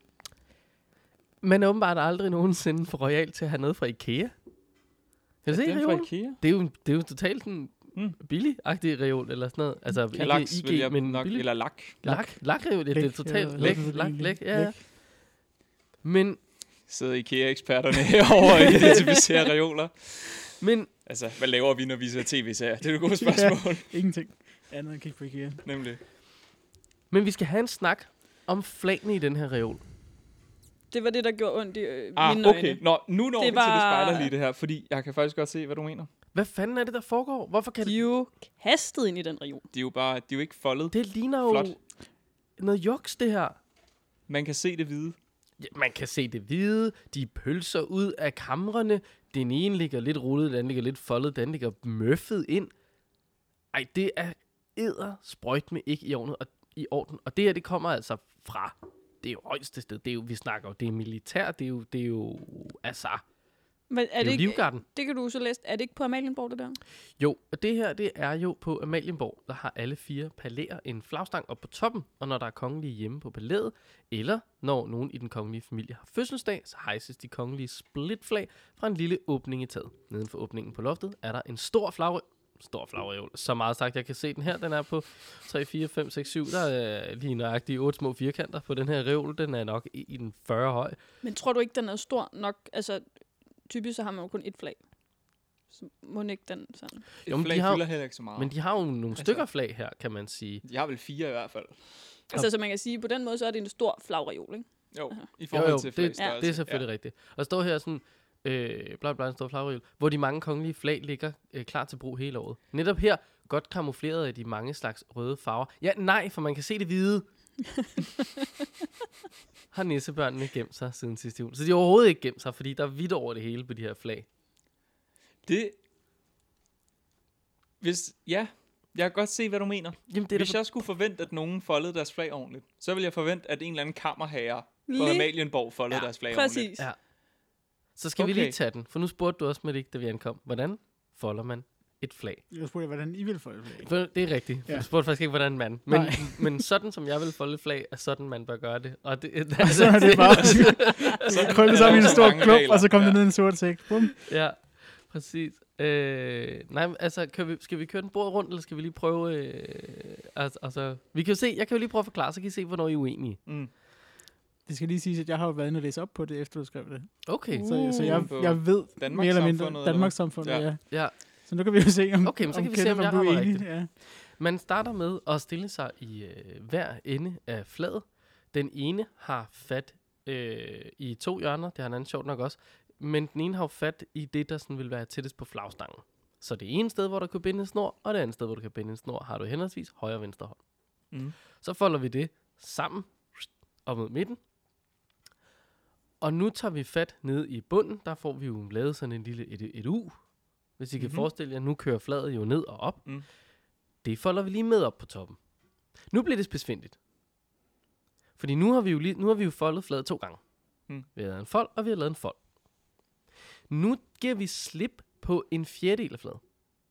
Man er åbenbart aldrig nogensinde for royal til at have noget fra Ikea. Kan du se Den fra reolen? Ikea? Det er jo, det er jo totalt sådan Mm. billig-agtig reol, eller sådan noget. Altså, Kalaks, ikke vil jeg I G, men nok, billig. eller lak. Lak. Lakreol, ja, det er Læk, totalt ja, læk, læk, lak, læk, læk, ja, ja. læk. Men, Sidder IKEA-eksperterne herovre og identificerer reoler. men, Altså, hvad laver vi, når vi ser tv-serier? Det er et godt spørgsmål. Ingenting andet end kigge på IKEA. Nemlig. men vi skal have en snak om flagene i den her reol. Det var det, der gjorde ondt i øh, Ah, mine okay. øjne. Nå, nu når Det vi til var- det spejder lige det her, fordi jeg kan faktisk godt se, hvad du mener. Hvad fanden er det, der foregår? Hvorfor kan De er det... jo kastet ind i den region. De er jo bare, de er jo ikke foldet. Det ligner jo Flot. noget juks, det her. Man kan se det hvide. Ja, man kan se det hvide, de pølser ud af kamrene. Den ene ligger lidt rullet, den anden ligger lidt foldet, den anden ligger møffet ind. Ej, det er edder sprøjt med ikke i orden, og, i orden. Og det her, det kommer altså fra, det er jo højeste sted, det er jo, vi snakker jo, det er militær, det er jo, det er jo, altså, Men er det er det, jo ikke, Livgarden. det kan du så læse. Er det ikke på Amalienborg, det der? Jo, og det her, det er jo på Amalienborg, der har alle fire palæer en flagstang op på toppen, og når der er kongelige hjemme på palæet, eller når nogen i den kongelige familie har fødselsdag, så hejses de kongelige splitflag fra en lille åbning i taget. Neden for åbningen på loftet er der en stor flagreol. Stor flagreol. Så meget sagt, jeg kan se den her. Den er på tre, fire, fem, seks, syv. Der er lige nøjagtigt otte små firkanter på den her reol. Den er nok i, i den fyrre høj. Men tror du ikke, den er stor nok? Altså, typisk så har man jo kun et flag. Så må den ikke den sådan. Et Jo, men flag de har- fylder heller ikke så meget. Men de har jo nogle Altså- stykker flag her, kan man sige. De har vel fire i hvert fald. Altså, så man kan sige, på den måde, så er det en stor flagreol, ikke? Jo, i Jo, forhold jo, til det, flagstørrelse. det er selvfølgelig ja. rigtigt. Og der står her sådan, øh, bla bla, en stor flagreol, hvor de mange kongelige flag ligger øh, klar til brug hele året. Netop her, godt kamufleret af de mange slags røde farver. Ja, nej, for man kan se det hvide. Har nissebørnene gemt sig siden sidste jul. Så de har overhovedet ikke gemt sig, fordi der er hvidt over det hele på de her flag. Det... Hvis... Ja, jeg kan godt se, hvad du mener. Jamen, det er Hvis da jeg skulle forvente, at nogen foldede deres flag ordentligt, så ville jeg forvente, at en eller anden kammerherre på Lige Amalienborg foldede Ja, deres flag ordentligt. præcis. Ja. Så skal okay. vi Okay. lige tage den, for nu spurgte du også med det, da vi ankom. Hvordan folder man et flag? Jeg spurgte, hvordan I vil få det flag. For det er rigtigt. Ja. Du spurgte faktisk ikke, hvordan man. Men, Nej. men sådan, som jeg vil folde et flag, er sådan, man bør gøre det. Og det, Og så er det bare så krøllet sammen i en så stor mange klump, regler. og så kom Ja. det ned i en sort sæk. Bum. Ja, præcis. Øh, nej, men altså, kan vi, skal vi køre den bord rundt, eller skal vi lige prøve... Øh, altså, altså, vi kan jo se, jeg kan jo lige prøve at forklare, så kan I se, hvornår I er uenige. Mm. Det skal lige siges, at jeg har jo været inde og læse op på det, efter du skrev det. Okay, Uh. Så, så jeg, På jeg ved mere eller mindre Danmarkssamfundet, Danmarks samfund, eller ja. hvad? ja. ja. Så nu kan vi jo se, om, Okay, men så kan vi se, Kenneth, om jeg du er rammer enig. rigtigt. Ja. Man starter med at stille sig i øh, hver ende af flaget. Den ene har fat øh, i to hjørner, det har den anden sjovt nok også. Men den ene har jo fat i det, der sådan vil være tættest på flagstangen. Så det ene sted, hvor der kan binde en snor, og det andet sted, hvor du kan binde en snor, har du henholdsvis højre og venstre hånd. Mm. Så folder vi det sammen op mod midten. Og nu tager vi fat nede i bunden. Der får vi jo lavet sådan en lille et, et U. Hvis I mm-hmm. kan Mhm. forestille jer, nu kører flaget jo ned og op. Mm. Det folder vi lige med op på toppen. Nu bliver det spidsfindigt. Fordi nu har vi jo, lige, nu har vi jo foldet flaget to gange. Mm. Vi har lavet en fold, og vi har lavet en fold. Nu giver vi slip på en fjerdedel af flaget.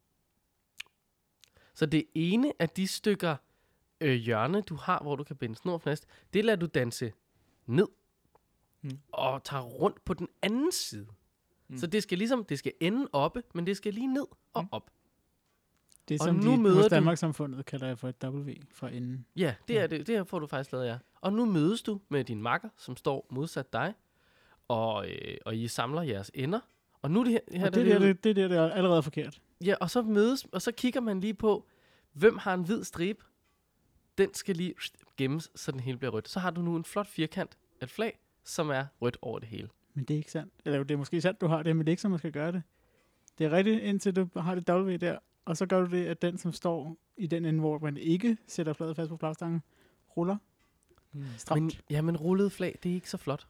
Så det ene af de stykker øh, hjørne, du har, hvor du kan binde snor fast, det lader du danse ned. Mm. Og tager rundt på den anden side. Mm. Så det skal ligesom, det skal ende oppe, men det skal lige ned og Mm. op. Det er Og som nu de møder hos du- Danmarks samfundet kalder jeg for et W fra enden. Ja, det er Ja. det. Det her får du faktisk lavet, ja. Og nu mødes du med din makker, som står modsat dig, og, øh, og I samler jeres ender. Og nu er det her, her Og det, der der, det, det der, det er allerede forkert. Ja, og så mødes, og så kigger man lige på, hvem har en hvid stribe. Den skal lige gemmes, så den hele bliver rødt. Så har du nu en flot firkant af et flag, som er rødt over det hele. Men det er ikke sandt. Eller det er måske sandt, du har det, men det er ikke, som man skal gøre det. Det er rigtigt, indtil du har det W der, og så gør du det, at den, som står i den ende, hvor man ikke sætter fladet fast på flagstangen, ruller Mm. stramt. Men, ja, men rullet flag, det er ikke så flot.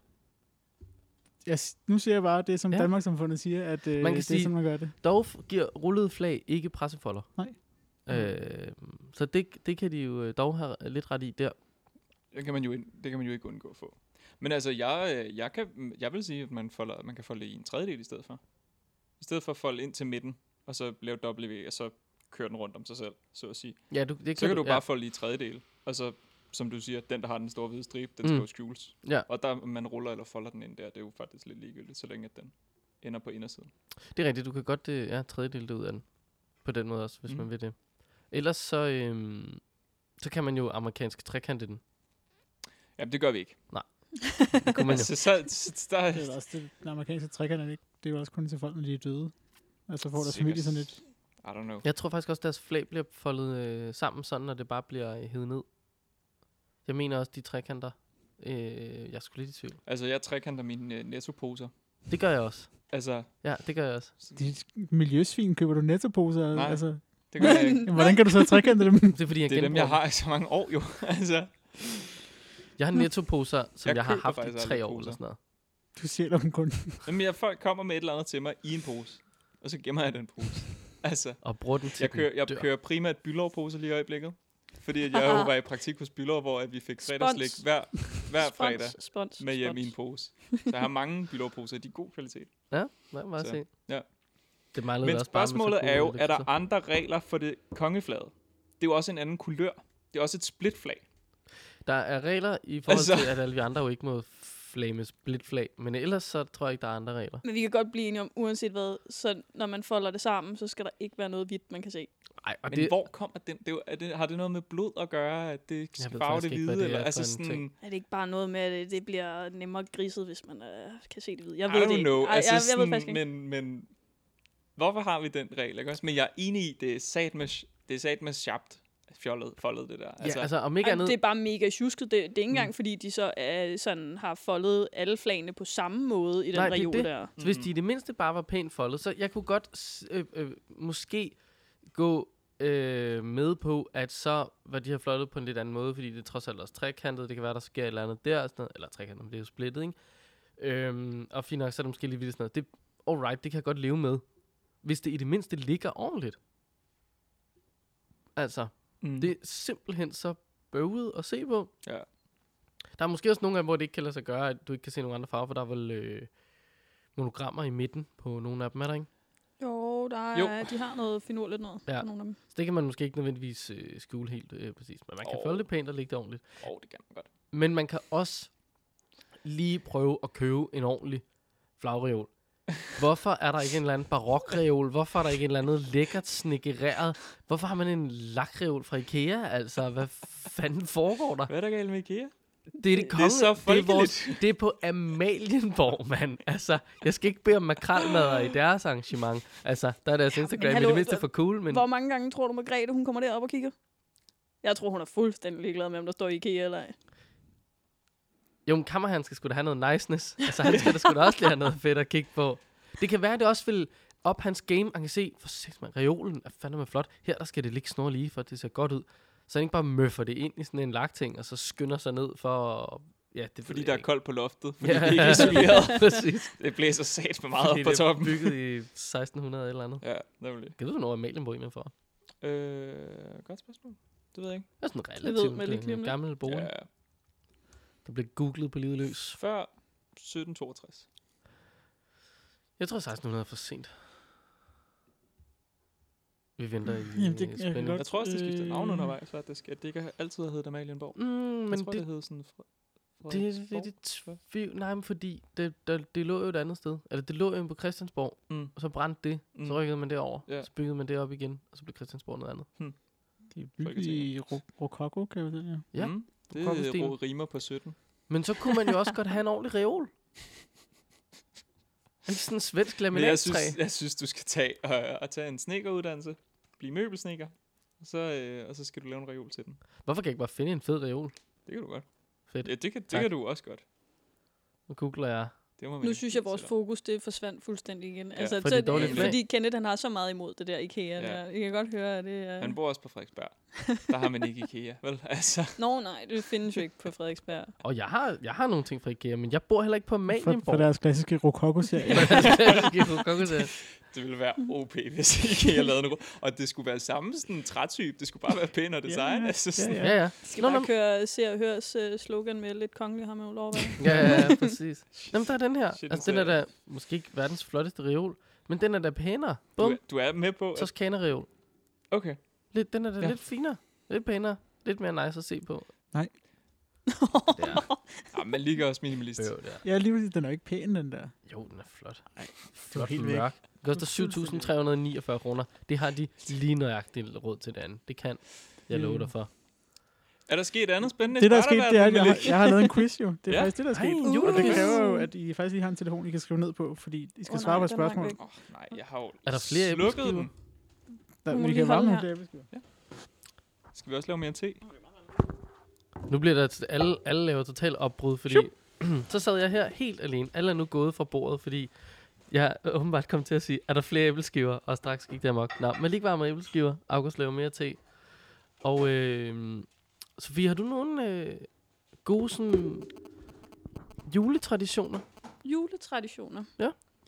Jeg, s- nu siger jeg bare det, som Ja. ja. Danmarkssamfundet siger, at øh, Man kan det sige- er sådan, man gør det. Dog f- giver rullet flag ikke pressefolder. Nej. Øh, så det, det kan de jo øh, dog have lidt ret i der. Det kan man jo, ind- det kan man jo ikke undgå at få. Men altså, jeg, øh, jeg, kan, jeg vil sige, at man, folder, man kan folde i en tredjedel i stedet for. I stedet for at folde ind til midten, og så lave W, og så køre den rundt om sig selv, så at sige. Ja, du, det Så kan du ja. bare folde i tredjedel, og så, som du siger, den, der har den store hvide stribe, den skal Mm. jo skjules. Ja. Og der, om man ruller eller folder den ind der, det er jo faktisk lidt ligegyldigt, så længe at den ender på indersiden. Det er rigtigt, du kan godt øh, ja, tredjedele det ud af den. På den måde også, hvis Mm. mm. man vil det. Ellers så, øhm, så kan man jo amerikansk trekante den. Jamen, det gør vi ikke. Det kunne man jo. Altså, så, så der, Det er vel også det, den amerikanske trækker, er det ikke. Det er jo også kun til folk, når de er døde. Altså får deres Sikkert. familie sådan lidt. I don't know. Jeg tror faktisk også, at deres flag bliver foldet øh, sammen, sådan, når det bare bliver øh, hævet ned. Jeg mener også, de trekanter. Øh, jeg er sgu lidt i tvivl. Altså, jeg trekanter mine uh, nettoposer. Det gør jeg også. Altså, Ja, det gør jeg også. De miljøsvin, køber du nettoposer? Nej. Altså, det gør jeg ikke. jamen, hvordan kan du så trekante dem? Det er fordi, jeg Det er dem, genbruger jeg har i så mange år, jo. altså, Jeg har nettoposer, som Jeg jeg, har køber haft faktisk i aldrig tre år poser. eller sådan noget. Du sælger dem kun. jamen, jeg, folk kommer med et eller andet til mig i en pose, og så gemmer jeg den pose. Altså, Og bruger den til jeg kører, jeg den dør. kører primært Bylov-poser lige i øjeblikket. Fordi at jeg jo var i praktik hos Bylov, hvor at vi fik fredagslæg Spons. hver, hver Spons, fredag Spons, med hjem i en spons. pose. Så jeg har mange Bylov-poser, de er god kvalitet. Ja, lad mig Så, se. ja. Det manglede Men også bare med så spørgsmålet gode er jo, er ellipser. der andre regler for det kongeflade? Det er jo også en anden kulør. Det er også et splitflag. Der er regler i forhold Altså- altså. til, at alle vi andre jo ikke må flage med splitflag. Men ellers så tror jeg ikke, der er andre regler. Men vi kan godt blive enige om, uanset hvad, så når man folder det sammen, så skal der ikke være noget hvidt, man kan se. Ej, og Men det, hvor kommer den? Det er jo, er det, har det noget med blod at gøre, at det skal ved farve faktisk det ikke, hvad hvide? det er Eller, for altså en sådan, ting. Er det ikke bare noget med, at det- det bliver nemmere griset, hvis man øh, kan se det hvide? Jeg I ved det don't ikke. know. Ej, Altså jeg, jeg ved sådan, faktisk ikke. men, men hvorfor har vi den regel? Ikke også? Men jeg er enig i, det er sat med, det er sat med sharpt fjollet, foldet det der. ja, altså om ikke Ej, andet... det er bare mega tjusket. Det, det er ikke Mm. engang, fordi de så er, sådan, har foldet alle flagene på samme måde i den Nej, det er reol det. der. Så hvis de i det mindste bare var pænt foldet, så jeg kunne godt s- øh, øh, måske gå øh, med på, at så var de her flottet på en lidt anden måde, fordi det er trods alt også trekantet. Det kan være, der sker et eller andet der, og sådan noget. Eller trekantet, men det er jo splittet, ikke? Øhm, og fint nok, så er det måske lige vildt sådan noget. Det, alright, det kan jeg godt leve med. Hvis det i det mindste ligger ordentligt. Altså, Mm. det er simpelthen så bøvet at se på. Ja. Der er måske også nogle af dem, hvor det ikke kan lade sig gøre, at du ikke kan se nogle andre farver, for der er vel øh, monogrammer i midten på nogle af dem, er der ikke? Jo, der er, Jo. de har noget finurligt noget Ja. på nogle af dem. Så det kan man måske ikke nødvendigvis øh, skjule helt øh, præcis, men man kan Åh. oh. folde det pænt og lægge det ordentligt. Åh, oh, det kan man godt. Men man kan også lige prøve at købe en ordentlig flagreol. Hvorfor er der ikke en eller anden barokreol? Hvorfor er der ikke en eller anden lækkert snikkereret? Hvorfor har man en lakreol fra Ikea? Altså, hvad fanden foregår der? Hvad er der galt med IKEA? Det er det konge. så det, er vores, det er på Amalienborg, mand. Altså, jeg skal ikke bede om makrelmadder i deres arrangement. Altså, der er deres Instagram i hallo, det mindste for cool, men Hvor mange gange tror du, Margrethe, hun kommer derop og kigger? Jeg tror, hun er fuldstændig ligeglad med, om der står IKEA eller ej. jo, en kammerhan skal sgu da have noget niceness. Altså, han skal da sgu da også lige have noget fedt at kigge på. Det kan være, at det også vil op hans game. Han kan se, for seks man, reolen er fandme flot. Her der skal det ligge snor lige, for at det ser godt ud. Så han ikke bare møffer det ind i sådan en lagting, og så skynder sig ned for at... Ja, det Fordi ved der jeg er ikke. koldt på loftet. Fordi Ja. det ikke er isoleret. Præcis. Det blæser sat med meget op Fordi på det er toppen. bygget i seksten hundrede eller andet. Ja, nemlig. Kan du vide, hvornår Amalienborg egentlig for? Øh, godt spørgsmål. Det ved jeg ikke. Det er sådan ved relativt man lige øh, lige om lidt. gammel bolig. Ja, Der blev googlet på livet løs. før sytten toogtres. Jeg tror seksten hundrede er for sent. Vi venter i Jamen, det- jeg kan spænding. godt- Jeg tror også, det skifter Øh. navn undervejs, så at det, skal, at det ikke altid har heddet Amalienborg. Mm, Men men jeg tror, det, det, hed sådan... Fra, det, det, det, det Hvad? tvivl. Nej, men fordi det, det, det lå jo et andet sted. Eller det lå jo på Christiansborg, Mm. og så brændte det. Mm. Så rykkede man det over. Ja. Så byggede man det op igen, og så blev Christiansborg noget andet. De er bygget i ro- rokoko, kan jeg vide. Ja. Ja, Mm. Det Kokossten. er rimer på sytten. Men så kunne man jo også godt have en ordentlig reol. En sådan en svensk Men jeg laminattræ. synes, jeg synes, du skal tage, øh, og tage en snedkeruddannelse, blive møbelsnedker, og så, øh, og så skal du lave en reol til den. Hvorfor kan jeg ikke bare finde en fed reol? Det kan du godt. Fedt. Ja, det kan, det Tak. kan du også godt. Nu googler jeg. Det må man Nu ikke synes jeg, at vores sætte. fokus det forsvandt fuldstændig igen. Ja. Altså, For så, det dårlige øh, flag. fordi Kenneth han har så meget imod det der IKEA. Ja. Der. Jeg kan godt høre, at det er... Han bor også på Frederiksberg. Der har man ikke IKEA, vel? Altså. Nå nej, det findes jo ikke på Frederiksberg. Og jeg har, jeg har nogle ting fra IKEA, men jeg bor heller ikke på For, for Amalienborg. deres klassiske rokoko-serie. Det ville være O P, hvis IKEA lavede noget. Og det skulle være samme sådan trætype. Det skulle bare være pænere design. Ja, Altså, sådan. ja, Ja, ja. Skal Nå, bare nå. køre Se og Hørs uh, slogan med lidt kongelig har man jo lov at være. Ja, ja, ja, præcis. Jamen, der er den her. Shit, Altså, den er serie. da måske ikke verdens flotteste reol, men den er da pænere. Du, Bum. er, du er med på... At, Toskana-reol. okay. Lidt, den er da Ja. lidt finere. Lidt pænere. Lidt mere nice at se på. Nej. Det er Ja, man ligger også minimalist. bøv, der. Ja, lige præcis, den er jo ikke pæn, den der. Jo, den er flot. Ej, Flot helt mørk. Det koster syv Fuldstændig tusind tre hundrede og niogfyrre kroner. Det har de lige nøjagtigt råd til det andet. Det kan jeg love dig for. Er der sket andet spændende? Det, der er Bare sket, været det er, at med jeg har, lidt- jeg har lavet en quiz jo. Det er Ja. faktisk det, der er sket. Ej, en Og det julequiz. kræver jo, at I faktisk lige har en telefon, I kan skrive ned på, fordi I skal Åh, svare nej, på den er spørgsmål. væk. Åh, nej, jeg har jo Er der flere slukket æbleskiver? den. Der, Du må vi lige kan varme holde nogle her. flere æbleskiver. Skal vi også lave mere te? Nu bliver der t- alle, alle laver totalt opbrud, fordi så sad jeg her helt alene. Alle er nu gået fra bordet, fordi jeg åbenbart kom til at sige, er der flere æbleskiver? Og straks gik det amok. Nå, men lige varme æbleskiver. August laver mere te. Og øh, Sofie, har du nogle øh, gode sådan, juletraditioner? Juletraditioner? Ja.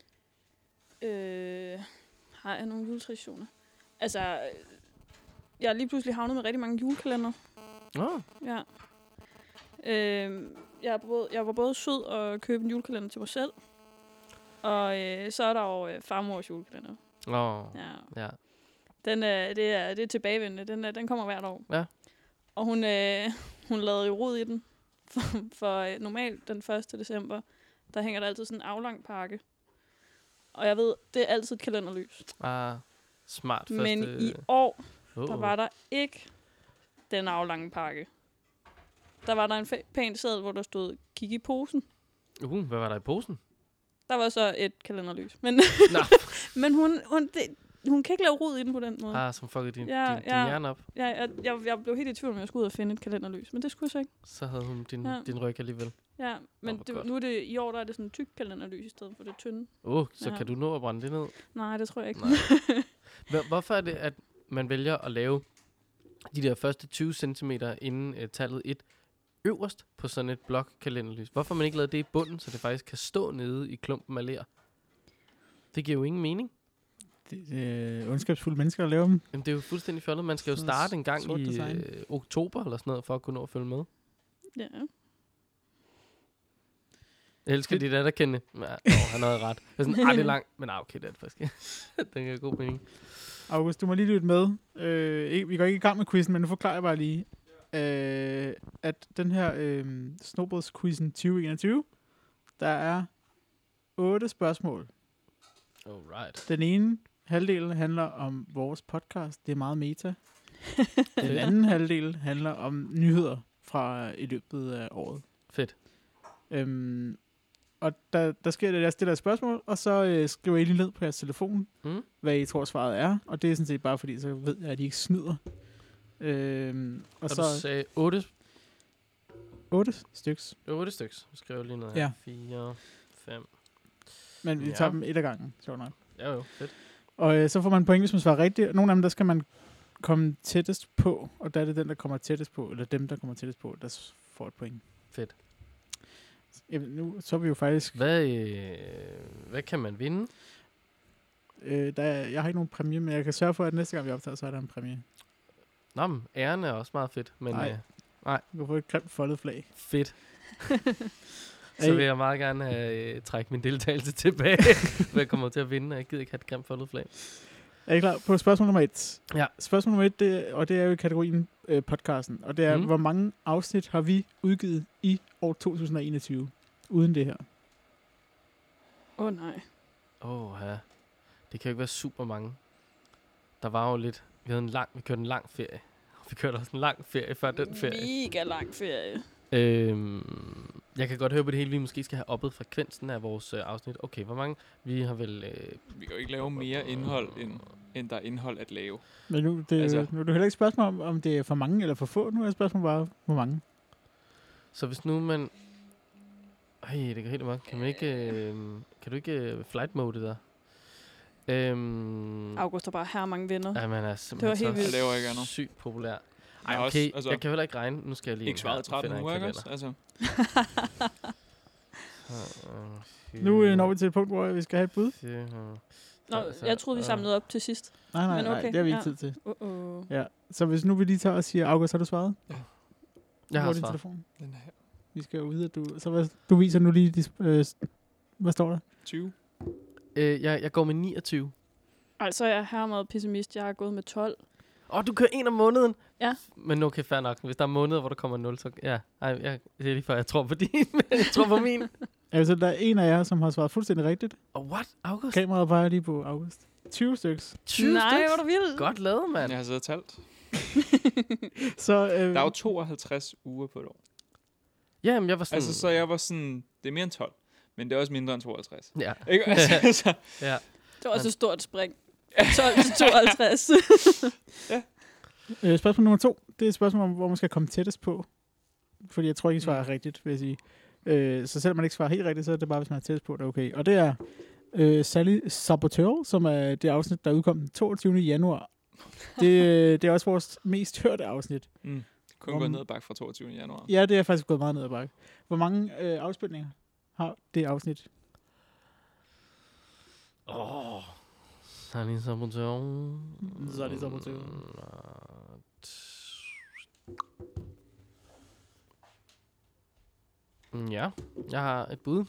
Øh, har jeg nogle juletraditioner? Altså, øh, jeg er lige pludselig havnet med rigtig mange julekalender. Nå, Ja. Øh, jeg, er både, jeg var både sød og købe en julekalender til mig selv. Og øh, så er der jo øh, farmors julekalender. Nå, Ja. ja. Den er, det, er, det er tilbagevendende. Den, er, den kommer hvert år. Ja. Og hun, øh, hun lavede jo rod i den. For, for øh, normalt den første december, der hænger der altid sådan en aflang pakke. Og jeg ved, det er altid et kalenderlys. Ah, smart første... Men i år, oh, der var der ikke den aflange pakke. Der var der en fa- pæn seddel, hvor der stod, kig i posen. Uh, hvad var der i posen? Der var så et kalenderlys. Men, Nå, men hun, hun, det, hun kan ikke lave rod i den på den måde. ah, som fuckede din, Ja, din, din ja. hjerne op. Jeg, jeg, jeg, jeg blev helt i tvivl, om jeg skulle ud og finde et kalenderlys. Men det skulle jeg så ikke. Så havde hun din, Ja. din ryg alligevel. Ja, men hvor det, godt. nu er det, i år der er det sådan en tyk kalenderlys i stedet for det tynde. Åh, oh, så Ja. kan du nå at brænde det ned? Nej, det tror jeg ikke. Nej. Hvor- Hvorfor er det, at man vælger at lave de der første tyve centimeter inden uh, tallet et øverst på sådan et blokkalenderlys? Hvorfor har man ikke lavet det i bunden, så det faktisk kan stå nede i klumpen af ler? Det giver jo ingen mening. Det, det er ondskabsfulde mennesker, der laver dem. Jamen, det er jo fuldstændig fjollet. Man skal jo Sådan noget starte en gang sort i design. øh, oktober eller sådan noget, for at kunne nå at følge med. Ja. Jeg elsker dit anerkendende. Ja, åh, han havde ret. Det er sådan, ah, det er langt, men ah, okay, det er det faktisk. Den giver god mening. August, du må lige lytte med. Øh, ikke, vi går ikke i gang med quizzen, men nu forklarer jeg bare lige, øh, at den her øh, Snowballs-quizzen tyve enogtyve, der er otte spørgsmål. Alright. Den ene halvdel handler om vores podcast. Det er meget meta. Den anden halvdel handler om nyheder fra i løbet af året. Fedt. Øhm, og der, der sker det, at jeg stiller et spørgsmål, og så øh, skriver I lige ned på jeres telefon, Mm? hvad I tror svaret er. Og det er sådan set bare fordi, så ved jeg, at I ikke snyder. Øhm, og, Og så du sagde otte, otte styks. otte stykker. Nu skriver jeg lige noget her. Ja. fire, fem. Men vi Ja. tager dem et ad gangen, sjovt nok. Ja jo, fedt. Og øh, så får man point, hvis man svarer rigtigt. Nogle af dem, der skal man komme tættest på, og der er det den, der kommer tættest på, eller dem, der kommer tættest på, der s- får et point. Fedt. Jamen, nu så er vi jo faktisk... Hvad, øh, hvad kan man vinde? Øh, der er, jeg har ikke nogen præmie, men jeg kan sørge for, at næste gang vi optager, så er der en præmie. Nå, men æren er også meget fedt. Men Nej. øh, Du kan få et grimt foldet flag. fedt. Er Så I- vil jeg meget gerne have, øh, trække min deltagelse tilbage. For jeg kommer til at vinde, og jeg gider ikke have et grimt foldet flag. Er I klar på spørgsmål nummer et? Ja. Spørgsmål nummer et, det, og det er jo i kategorien øh, podcasten. Og det er, Mm. mm. hvor mange afsnit har vi udgivet i år to tusind enogtyve? Uden det her. Åh oh, nej. Åh, oh, ja. Det kan jo ikke være super mange. Der var jo lidt... Vi havde en lang... Vi kørte en lang ferie. Vi kørte også en lang ferie før den ferie. Mega lang ferie. Øhm, jeg kan godt høre på det hele, vi måske skal have oppet frekvensen af vores øh, afsnit. Okay, hvor mange? Vi har vel... Øh, Vi kan jo ikke lave mere indhold, end, end der er indhold at lave. Men nu, det, Altså- altså. nu er det heller ikke et spørgsmål om, om det er for mange eller for få. Nu er det et spørgsmål bare, hvor mange. så hvis nu man... Ej, det går helt amok. Kan man ikke... Øh, kan du ikke øh, flight mode der? Øhm, August har bare her mange venner. ja, man er Det var simpelthen helt så vildt. Jeg laver ikke andet. sygt populær. Jeg Ej, har okay. også, altså- Jeg kan heller ikke regne. Nu skal jeg lige... Ikke svaret tretten uger, ikke også? Altså, Nu øh, når vi til et punkt, hvor vi skal have et bud. Nå, jeg troede, vi samlede op til sidst. Nej, nej, Men nej, okay, det har vi ikke ja. tid til. Uh-oh. Ja. Så hvis nu vi lige tager og siger, August, har du svaret? Jeg har Hvor er din svaret. telefon? den her. Vi skal jo vide, at du... Så hvad, du viser nu lige... De, øh, hvad står der? tyve. Øh, jeg, jeg går med niogtyve. Altså, jeg er her meget pessimist. Jeg har gået med tolv. Åh, oh, du kører en om måneden? Ja. Men okay, fair nok. Hvis der er måneder, hvor der kommer nul, så... Ja, ej, jeg, det er lige før, jeg tror på din, men jeg tror på min. Altså, der er en af jer, som har svaret fuldstændig rigtigt. Og oh, what? August? Kameraet peger lige på August. tyve styks. tyve Nej, styks? hvor er du vild. Godt lavet, mand. Jeg har siddet og talt. Så, øh, Der er jo tooghalvtreds uger på et år. Jamen, jeg var sådan... Altså, så jeg var sådan... Det er mere end tolv. Men det er også mindre end tooghalvtreds. Ja. Ikke? Altså, så, Ja. Det var også et stort spring. tolv til tooghalvtreds. øh, spørgsmål nummer to. Det er et spørgsmål, om, hvor man skal komme tættest på. Fordi jeg tror ikke, I svarer rigtigt, vil jeg sige. Øh, så selvom man ikke svarer helt rigtigt, så er det bare, hvis man er tættest på, det er okay. Og det er øh, Sally Saboteur, som er det afsnit, der udkom den toogtyvende januar. Det, det er også vores mest hørte afsnit. mm. Kun Om- gået ned ad bakke fra toogtyvende januar. Ja, det er faktisk gået meget ned ad bakke. Hvor mange øh, afspilninger har det afsnit? Åh. Så er lige sabotør. Så er det sabotør. Mm, Ja, jeg har et bud.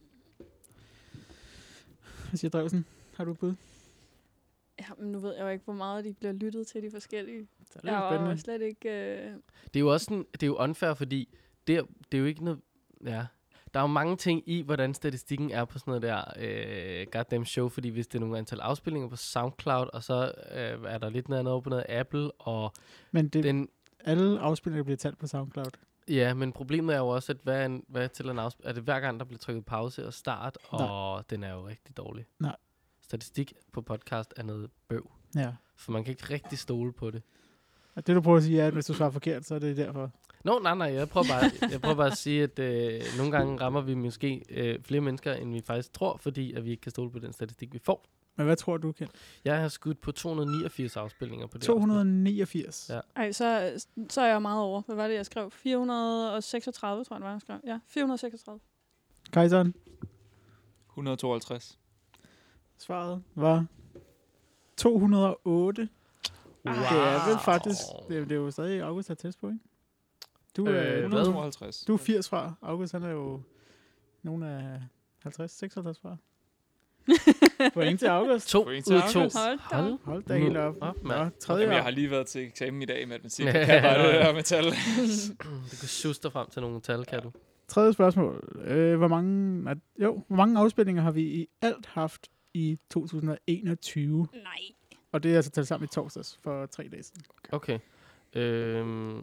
Hvad siger Drevsen? Har du et bud? Ja, men nu ved jeg jo ikke, hvor meget de bliver lyttet til, de forskellige. Så er det Jeg jo var spændende. slet ikke... Øh... Det er jo også sådan, det er jo unfair, fordi det er, det er jo ikke noget... Ja, der er jo mange ting i, hvordan statistikken er på sådan noget der øh, goddamn show, fordi hvis det er nogle antal afspillinger på SoundCloud, og så øh, er der lidt noget andet over på noget Apple, og Men det, den... alle afspilninger bliver talt på SoundCloud. Ja, men problemet er jo også, at hvad, er en, hvad til en afspil... Er det hver gang, der bliver trykket pause og start, Nej. og den er jo rigtig dårlig. Nej. Statistik på podcast er noget bøv, Ja. for man kan ikke rigtig stole på det. Og det du prøver at sige er, at hvis du svarer forkert, så er det derfor. Nå, nej, nej, jeg prøver bare, jeg prøver bare at sige, at øh, nogle gange rammer vi måske øh, flere mennesker, end vi faktisk tror, fordi at vi ikke kan stole på den statistik, vi får. Men hvad tror du, Ken? Jeg har skudt på to hundrede og niogfirs afspilninger på det to hundrede og niogfirs. Ja. Ej, så, så er jeg meget over. Hvad var det, jeg skrev? fire hundrede og seksogtredive, tror jeg, det var, jeg skrev. Ja, fire hundrede og seksogtredive. Kejseren, et hundrede og tooghalvtreds. svaret var to hundrede og otte. Wow. Det er vel faktisk... Det, er- det er jo stadig August, der er tæt på, ikke? Du, Øh, øh, et du, hundrede og tooghalvtreds. du er firs fra. August, han er jo nogen af halvtreds, seksoghalvtreds fra. Point til August. To Point ud til af to. August. Hold da op. Hold da helt op. Op, Nå, mand. tredje Jamen, jeg år. har lige været til eksamen i dag i matematik. Ja, Jeg kan bare ja. det der med tal. Du kan suste frem til nogle tal, kan du? Tredje spørgsmål. Øh, hvor mange... Nej, jo, hvor mange afspilninger har vi i alt haft i to tusind og enogtyve? Nej. Og det er altså talt sammen i torsdags for tre dage siden. Okay. Øhm,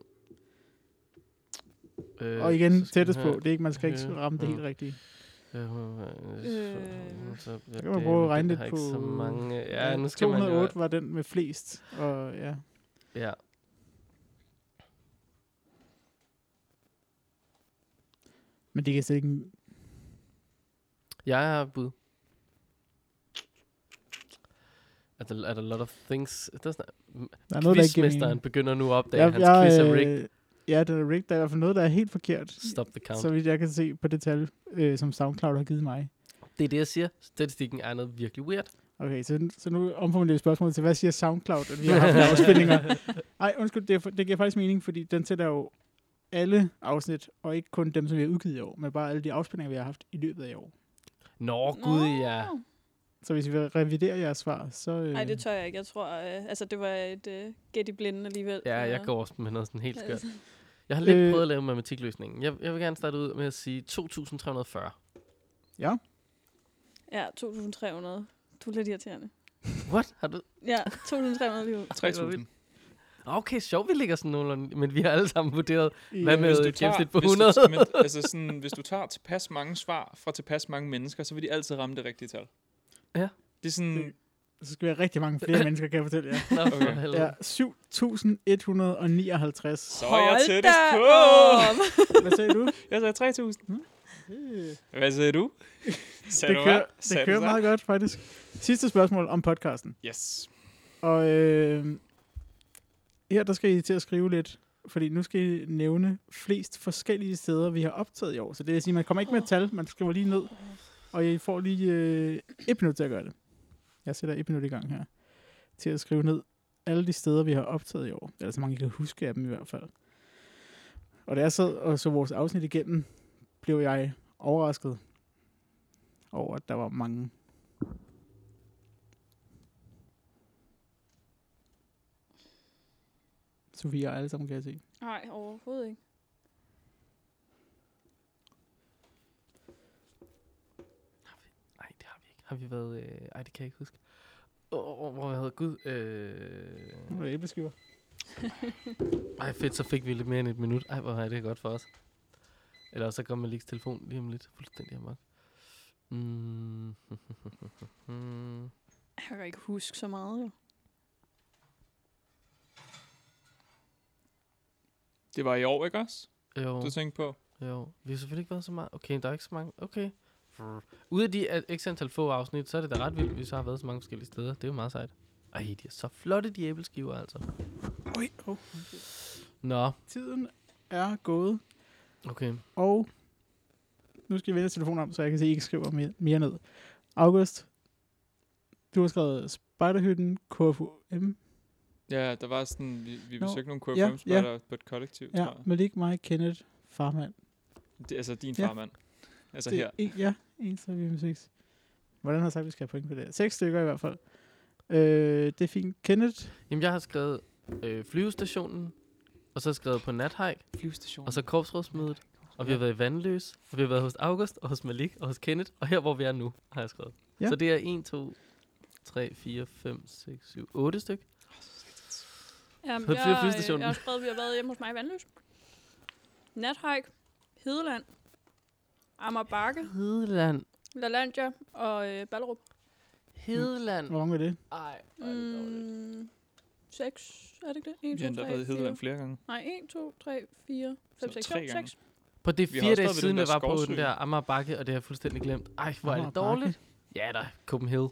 øh, Og igen, så skal tættest vi på. have- Det er ikke, man skal ikke øh, ramme det øh. helt rigtige. Øh, så kan man prøve at regne lidt har på- ikke så mange. Ja, nu skal to man hundrede og jo... otte var den med flest. Og ja. Ja. Men det kan slet ikke... Jeg har bud. Er der, er der a lot of things... Der er sådan, Der er noget, der ikke giver quizmesteren mening. begynder nu at opdage, Jeg, at hans quiz er jeg, rigged. øh, ja, den er rigged. Der er i hvert fald noget, der er helt forkert. Stop the count. Så vidt jeg kan se på det tal, øh, som SoundCloud har givet mig. Det er det, jeg siger. Statistikken er noget virkelig weird. Okay, så, så nu omformulerer jeg spørgsmålet til, hvad siger SoundCloud, at vi har haft af afspilninger? Ej, undskyld, det, er, det giver faktisk mening, fordi den sætter jo alle afsnit, og ikke kun dem, som vi har udgivet i år, men bare alle de afspilninger, vi har haft i løbet af i år. Nå, gud ja. Så hvis vi vil revidere jeres svar, så... Øh, Nej, det tør jeg ikke. Jeg tror, øh, altså det var et øh, gæt i blinden alligevel. Ja, jeg Så- går også med noget sådan helt skørt. Jeg har lidt Øh. prøvet at lave matematikløsningen. Jeg, jeg vil gerne starte ud med at sige to tusind tre hundrede og fyrre. Ja, Ja, to tusind tre hundrede. Du er lidt irriterende. What? Har du... Ja, to tusind tre hundrede lige tre tusind. Okay, sjovt, vi ligger sådan nogenlunde, men vi har alle sammen vurderet, I, hvad øh, med Hvis du et gennemsnit på hvis hundrede? Du, men, altså sådan, hvis du tager tilpas mange svar fra tilpas mange mennesker, så vil de altid ramme det rigtige tal. Ja. Det er sådan... Så skal vi have rigtig mange flere mennesker, kan jeg fortælle jer. Nå, for Okay. helvede. Ja, syv tusind et hundrede og nioghalvtreds. Så er jeg Hold tættest da på! op! Hvad sagde du? Jeg sagde tre tusind. Det, Hvad siger du? Sagde det du kører, hvad? Sagde det du kører så? meget godt, faktisk. Sidste spørgsmål om podcasten. Yes. Og øh, her, der skal I til at skrive lidt, fordi nu skal I nævne flest forskellige steder, vi har optaget i år. Så det vil sige, man kommer ikke med et tal, man skriver lige ned, og I får lige øh, et minut til at gøre det. Jeg sætter et minut i gang her, til at skrive ned alle de steder, vi har optaget i år. Eller så mange, I kan huske af dem i hvert fald. Og da jeg sad og så vores afsnit igennem, blev jeg overrasket over, at der var mange. Sofie og alle sammen, kan jeg se. Nej, overhovedet ikke. Nej, det har vi ikke. Har vi været... Øh, ej, det kan jeg ikke huske. Åh, oh, hvor hedder Gud? Øh... Nu er det æbleskiver. Ej, fedt, så fik vi lidt mere end et minut. Ej, hvor er det godt for os. Eller så kommer Maliks telefon lige om lidt. Fuldstændig amok. Mm. Jeg kan ikke huske så meget, jo. Det var i år, ikke også? Jo, Du tænkte på? jo. Vi har selvfølgelig ikke været så meget. Okay, der er ikke så mange. Okay. Ude af de at x antal få afsnit, så er det da ret vildt, at vi så har været så mange forskellige steder. Det er jo meget sejt. Ej, de er så flotte, de æbleskiver, altså. Oj, oh. Nå, Tiden er gået, okay. og nu skal jeg vende telefonen om, så jeg kan se, at I ikke skriver mere, mere ned. August, du har skrevet Spejderhytten, K F U M. Ja, der var sådan, vi, vi Nå, besøgte nogle K F ja, M-spejder på et kollektiv, Ja, tror jeg. Malik, mig, Kenneth, farmand. Det er altså din Ja. farmand. Altså Det her. er en, ja, en, så er vi med seks. Hvordan har jeg sagt, at vi skal have point på det? Seks stykker i hvert fald. Øh, det er fint. Kenneth, Jamen, jeg har skrevet øh, flyvestationen, og så har jeg skrevet på nathike, Flyvestation. og så korpsrådsmødet, og vi har været i Vandløs, og vi har været hos August, og hos Malik, og hos Kenneth, og her, hvor vi er nu, har jeg skrevet. Ja. Så det er en, to, tre, fire, fem, seks, syv, otte stykker. Jamen, På jeg, jeg, flyvestationen. jeg har skrevet, at vi har været hjemme hos mig i Vandløs. Nathike, Hedeland, Amager Bakke, Hedeland. LaLandia og øh, Ballerup. Hedeland. hvor mange er det? Ej, hvor er det dårligt. Mm, seks, er det ikke det? en, Vi har to, endda tre, været i Hedeland fire. flere gange. Nej, en, to, tre, fire, fem, Så seks, tre jo, gange. seks. På det Vi har fire også dage været ved siden, den jeg der var på skovsø. den der Amager Bakke, og det har jeg fuldstændig glemt. Ej, hvor er Amager det dårligt. Bakke. Ja da, Copenhagen.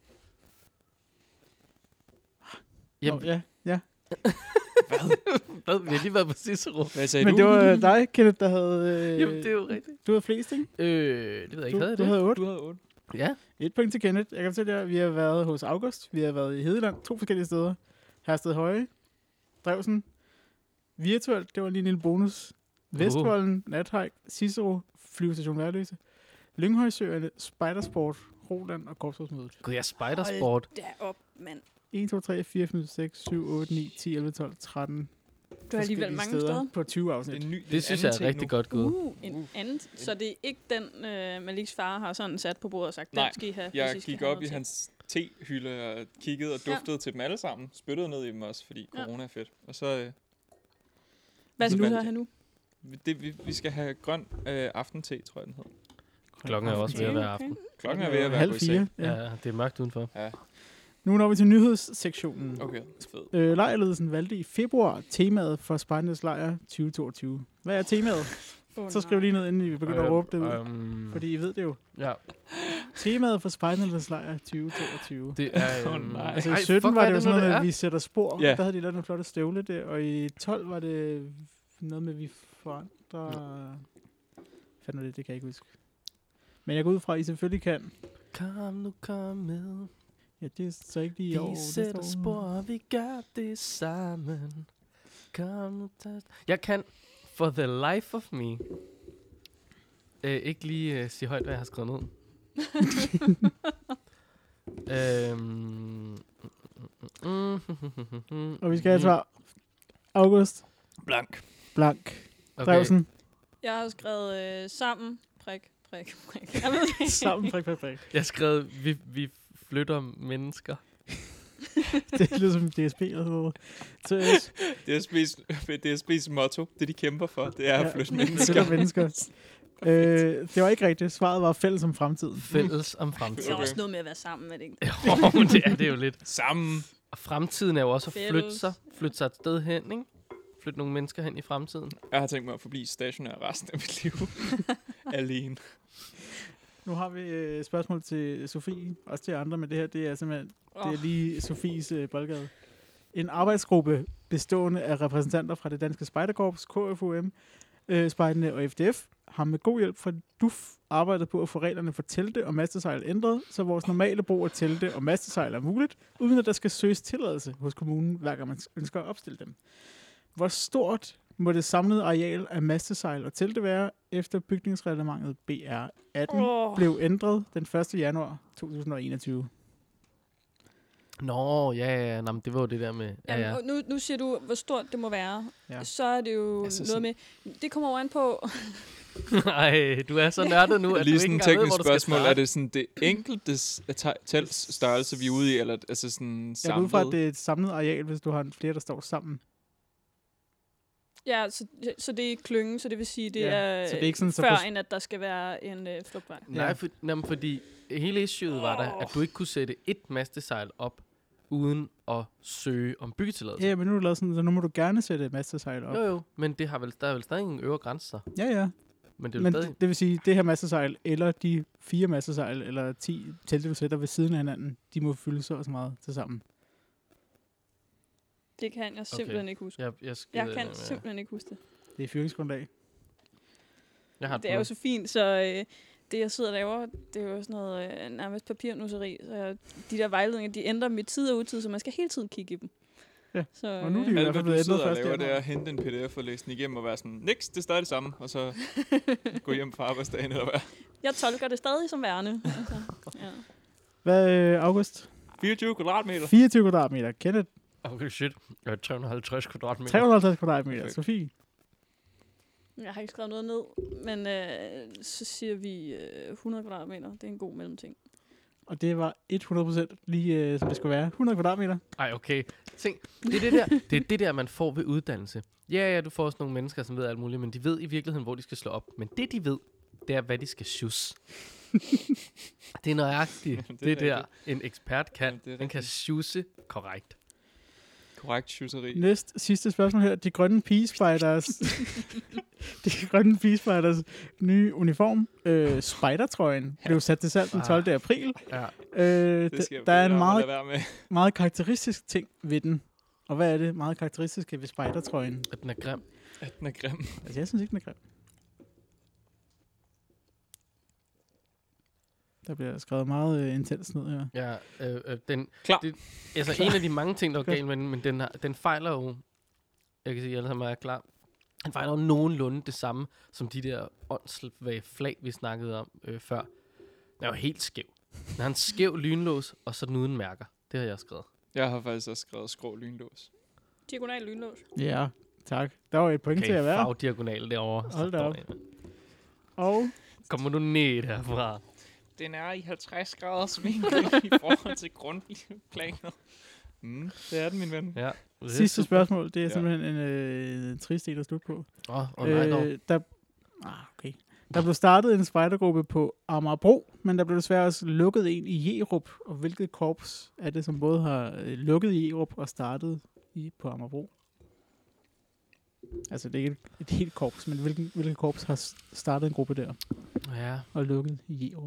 Nå, ja, ja. Hvad? Vi har lige været på Cicero. Hvad sagde Men du? det var øh, dig, Kenneth, der havde... Øh, Jamen, det er jo rigtigt. Du havde flest, ikke? Øh, det ved jeg ikke. Du, Havde jeg du det? havde otte. Du havde otte. Ja. Et point til Kenneth. Jeg kan fortælle jer, at vi har været hos August. Vi har været i Hedeland. To forskellige steder. Hersted Høje. Drevsen. Virtuelt. Det var lige en lille bonus. Vestvolden. Nathike. Cicero. Flyvestation Værløse. Lynghøjsøerne. Spejdersport. Roland og Korpsrådsmødet. Gud, jeg spejdersport. Derop, mand. en, to, tre, fire, fem, seks, syv, otte, ni, ti, elleve, tolv, tretten Du har alligevel forskellige mange steder. på tyve Det er afsnit. en ny, Det synes jeg er rigtig godt gået. Uh, en anden. Så det er ikke den, øh, Maliks far har sådan sat på bordet og sagt, Nej, den skal I have. Jeg hvis I skal gik have op noget i til. hans tehylde og kiggede og Ja. duftede til dem alle sammen. Spyttede ned i dem også, fordi Ja. corona er fedt. Og så... Øh, Hvad skal Nu- du så have nu? det, vi, vi skal have grøn øh, aftente, tror jeg den hedder. Klokken er også ved at være aften. Klokken er ved at være halv gået i fire. seng. Ja. Ja, det er mørkt udenfor. Ja, Nu når vi til nyhedssektionen. okay. Fed. Øh, lejrledelsen valgte i februar temaet for Spejdernes Lejr tyve toogtyve. Hvad er temaet? Oh, Så skriv lige ned, inden vi begynder at råbe det ud. Um, Fordi I ved det jo. ja, Temaet for Spejdernes Lejr tyve toogtyve. det er... Åh, Um, nej. Altså i ej, sytten fuck, var hvad det jo er sådan nu, noget med, det at er? vi sætter spor. Ja. Der havde de lavet nogle flotte støvle der. Og i tolv var det noget med, at vi forandrer... Fandt nu det, det kan jeg ikke huske. Men jeg går ud fra, at I selvfølgelig kan. Kom nu, kom med. Ja, det er så ikke lige i år. Vi det sætter står- spor, og vi gør det sammen. Kom nu, tag... Jeg kan, for the life of me, øh, ikke lige øh, sige højt, hvad jeg har skrevet ned. øhm, Og vi skal have et svar. August. Blank. Blank. Okay. Drevsen. Jeg har skrevet øh, sammen, prik, prik, prik. Jeg ved det ikke. Sammen. Prik, prik, prik. Jeg har skrevet, vi, vi flytter mennesker. Det lyder som D S P eller sådan noget. Så D S B's, D S B's motto, det de kæmper for, det er at flytte mennesker. Flytter mennesker. øh, det var ikke rigtigt. Svaret var fælles om fremtiden. Fælles om Det fremtiden. er også noget med at være sammen, er det ikke? Jo, men det er det jo lidt. Sammen. Og fremtiden er jo også at flytte Fælles. sig. Flytte sig et sted hen, ikke? flytte nogle mennesker hen i fremtiden? Jeg har tænkt mig at forblive stationær resten af mit liv. Alene. Nu har vi øh, et spørgsmål til Sofie, også til andre, men det her, det er simpelthen, Oh. det er lige Sofies øh, boldgade. En arbejdsgruppe bestående af repræsentanter fra det danske spejderkorps, K F U M, øh, spejderne og F D F, har med god hjælp fra D U F arbejdet på at få reglerne for telte og mastesejl ændret, så vores normale brug af telte og mastesejl er muligt, uden at der skal søges tilladelse hos kommunen, hver gang man ønsker at opstille dem. Hvor stort må det samlede areal af mastesejl og telte være, efter bygningsreglementet B R atten Oh. blev ændret den første januar to tusind og enogtyve? Nå, ja, ja, nå, men det var jo det der med... Ja, Jamen, ja. og nu, nu siger du, hvor stort det må være. Ja. Ja. Så er det jo Altså altså noget med... Det kommer over an på... Ej, du er så nørdet nu, at Lige du sådan ikke et engang ved, teknisk hvor du skal spørgsmål. starte. Er det sådan det enkelte tels størrelse, vi er ude i, eller altså sådan Jeg samlet? går ud fra, at det er et samlet areal, hvis du har flere, der står sammen. Ja, så, så det er klyngen, så det vil sige, det Ja, er, så det er ikke sådan, så før, på- end at der skal være en øh, flugtvej. Nej, Ja. for, jamen, fordi hele issueet var der, at du ikke kunne sætte et mastesejl op, uden at søge om byggetilladelse. Ja, men nu er det lavet sådan, så nu må du gerne sætte mastesejl op. Jo, jo, men det har vel, der er vel stadig en øvre grænse så. Ja, ja. Men det er jo Men stadig... det, det vil sige, det her mastesejl, eller de fire mastesejl, eller ti telte, du sætter ved siden af hinanden, de må fylde så og så meget til sammen. Det kan jeg simpelthen ikke huske. Jeg, jeg, skal, Jeg kan øh, simpelthen ikke huske det. Det er fyringsgrundlag. Jeg har et Det er jo bud. så fint, så øh, det jeg sidder og laver, det er jo sådan noget øh, nærmest papirnusseri. Så jeg, de der vejledninger, de ændrer med tid og utid, så man skal hele tiden kigge i dem. Ja, Så, og nu er de øh, i Alt, hvert fald hvad blevet du sidder ændret og første laver, det er januar. at hente en pdf og læse den igennem og være sådan, niks, det er stadig det samme, og så gå hjem fra arbejdsdagen eller hvad. jeg tolker det stadig som værende. Altså, ja. Hvad, øh, August? fireogtyve kvadratmeter. fireogtyve kvadratmeter. Kenneth? Okay, shit. Jeg har tre hundrede og halvtreds kvadratmeter. tre hundrede og halvtreds kvadratmeter. Perfekt. Sofie? Jeg har ikke skrevet noget ned, men øh, så siger vi øh, hundrede kvadratmeter. Det er en god mellemting. Og det var hundrede procent lige øh, som det skulle være. hundrede kvadratmeter. Ej, okay. Tænk, det er det der, det er det der, man får ved uddannelse. Ja, ja, du får også nogle mennesker, som ved alt muligt, men de ved i virkeligheden, hvor de skal slå op. Men det, de ved, det er, hvad de skal sjus. Det er nøjagtigt. Det det, er det der, rigtigt. en ekspert kan. Ja, det er Den kan rigtigt. sjuse korrekt. Korrekt sjuseri. Næst sidste spørgsmål her. De grønne pigespiders. De grønne pigespiders nye uniform, øh, spejdertrøjen, blev sat til salg den tolvte april. Ja. Øh, Det skal d- der er en lade meget, være med. meget karakteristisk ting ved den. Og hvad er det meget karakteristiske ved spejdertrøjen? At den er grim. At den er grim. Altså, jeg synes ikke, den er grim. Der bliver skrevet meget øh, intens ned her. Ja, øh, øh, den, Klar. Det, altså, en af de mange ting, der er galt, men, men den, har, den fejler jo, jeg kan sige, at alle sammen er klar, den fejler jo nogenlunde det samme, som de der åndssvage flag, vi snakkede om øh, før. Den er jo helt skæv. Den har en skæv lynlås, og så den uden mærker. Det har jeg skrevet. Jeg har faktisk også skrevet skrå lynlås. Diagonal lynlås. Ja, tak. Der var et point Okay, til at være. fagdiagonal derovre. Hold da Så op. står jeg. Og Kommer du ned herfra? Den er i halvtreds graders vinkel i forhold til grundplaner. Mm, det er den, min ven. Ja. det er sidste super. spørgsmål, det er Ja. simpelthen en øh, trist en at slutte på. Åh, oh, oh, nej dog. Øh, der, ah, okay. Der blev startet en spejdergruppe på Amagerbro, men der blev desværre også lukket en i Jerup. Og hvilket korps er det, som både har øh, lukket i Jerup og startet i, på Amagerbro? Altså, det er ikke et, et helt korps, men hvilken, hvilket korps har s- startet en gruppe der Ja. og lukket i Jerup?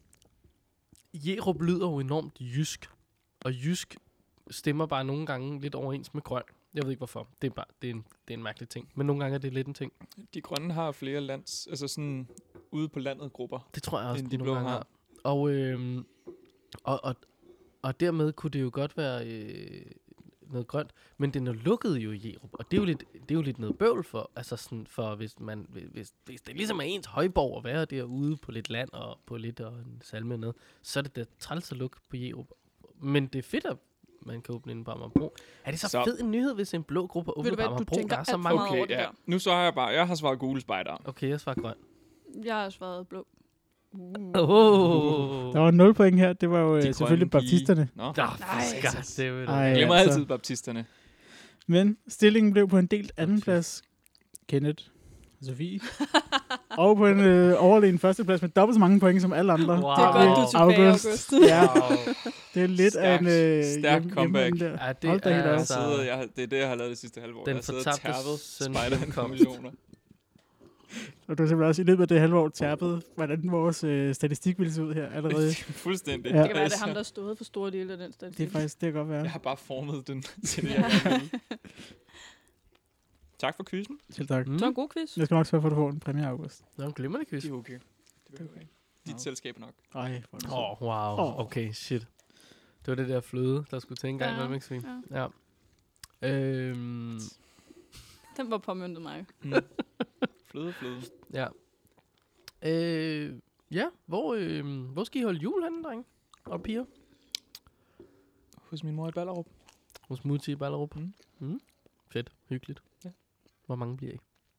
Jerup lyder jo enormt jysk. Og jysk stemmer bare nogle gange lidt overens med grøn. Jeg ved ikke hvorfor. Det er bare det er en, det er en mærkelig ting. Men nogle gange er det lidt en ting. De grønne har flere lands, altså sådan ude på landet grupper. Det tror jeg også, End de de nogle blå gange har. har. Og, øhm, og, og, og dermed kunne det jo godt være øh, noget grønt. Men den er lukket jo i Jerup. Og det er jo lidt, det er jo lidt noget bøvl for. Altså sådan for hvis man hvis, hvis det ligesom er ens højborg at være derude på lidt land og på lidt og en salme ned, så er det da træls at lukke på Jerup. Men det er fedt, at man kan åbne inde på Amagerbro. Er det så, Så- så fed en nyhed, hvis en blå gruppe Ved åbner du på hvad, du Amagerbro? tænker Der er så alt for mange. meget over Okay, det ja. der. Nu så har jeg bare, jeg har svaret gule spejder. Okay, jeg svarer grøn. Jeg har svaret blå. Uh. Oh. Der var nul point her. Det var jo De øh, grønne selvfølgelig pige. baptisterne. Nå, Ah, Nej, for det vil Ej, jeg ja, glemmer altså. altid baptisterne. Men stillingen blev på en delt anden plads. Kenneth, Sofie, Og på en øh, overlegen førsteplads med dobbelt så mange point som alle andre. Wow. Det er godt, du er tilbage, August. Ja, Wow. det er lidt af en øh, Stærk hjem- comeback. hjemmeland der. Ja, det Hold da er helt op. Jeg altså... sidder, jeg, det er det, jeg har lavet det sidste halve år. Den Jeg har siddet og fortabte tærpet søn Spider-Man kom. millioner. Og du har simpelthen også i løbet af det halve år tærpet, hvordan vores øh, statistik ville se ud her allerede. Fuldstændig. Ja. Det kan være, det er ham, der har stået for store dele af den statistik. Det er faktisk, det kan godt være. Jeg har bare formet den til det, jeg gerne vil. Tak for quizzen. Selv tak. Mm. Så en god quiz. Jeg skal nok sørge for, at du får en præmie, August. Nå, en glimrende quiz. Det er okay. Det er okay. Dit selskab nok. Ej, for det. Åh, oh, wow. Åh. Okay, shit. Det var det der fløde, der skulle tænke en gang Ja, imellem, ikke svin? ja. Ja. Øhm, Den var påmyndet mig. Mm. Fløde, fløde. ja. Øh, ja, hvor, øh, hvor skal I holde jul henne, dreng? Og piger? Hos min mor i Ballerup. Hos Mutti i Ballerup. Mm. Mm. Fedt, hyggeligt. Ja. Hvor mange bliver I?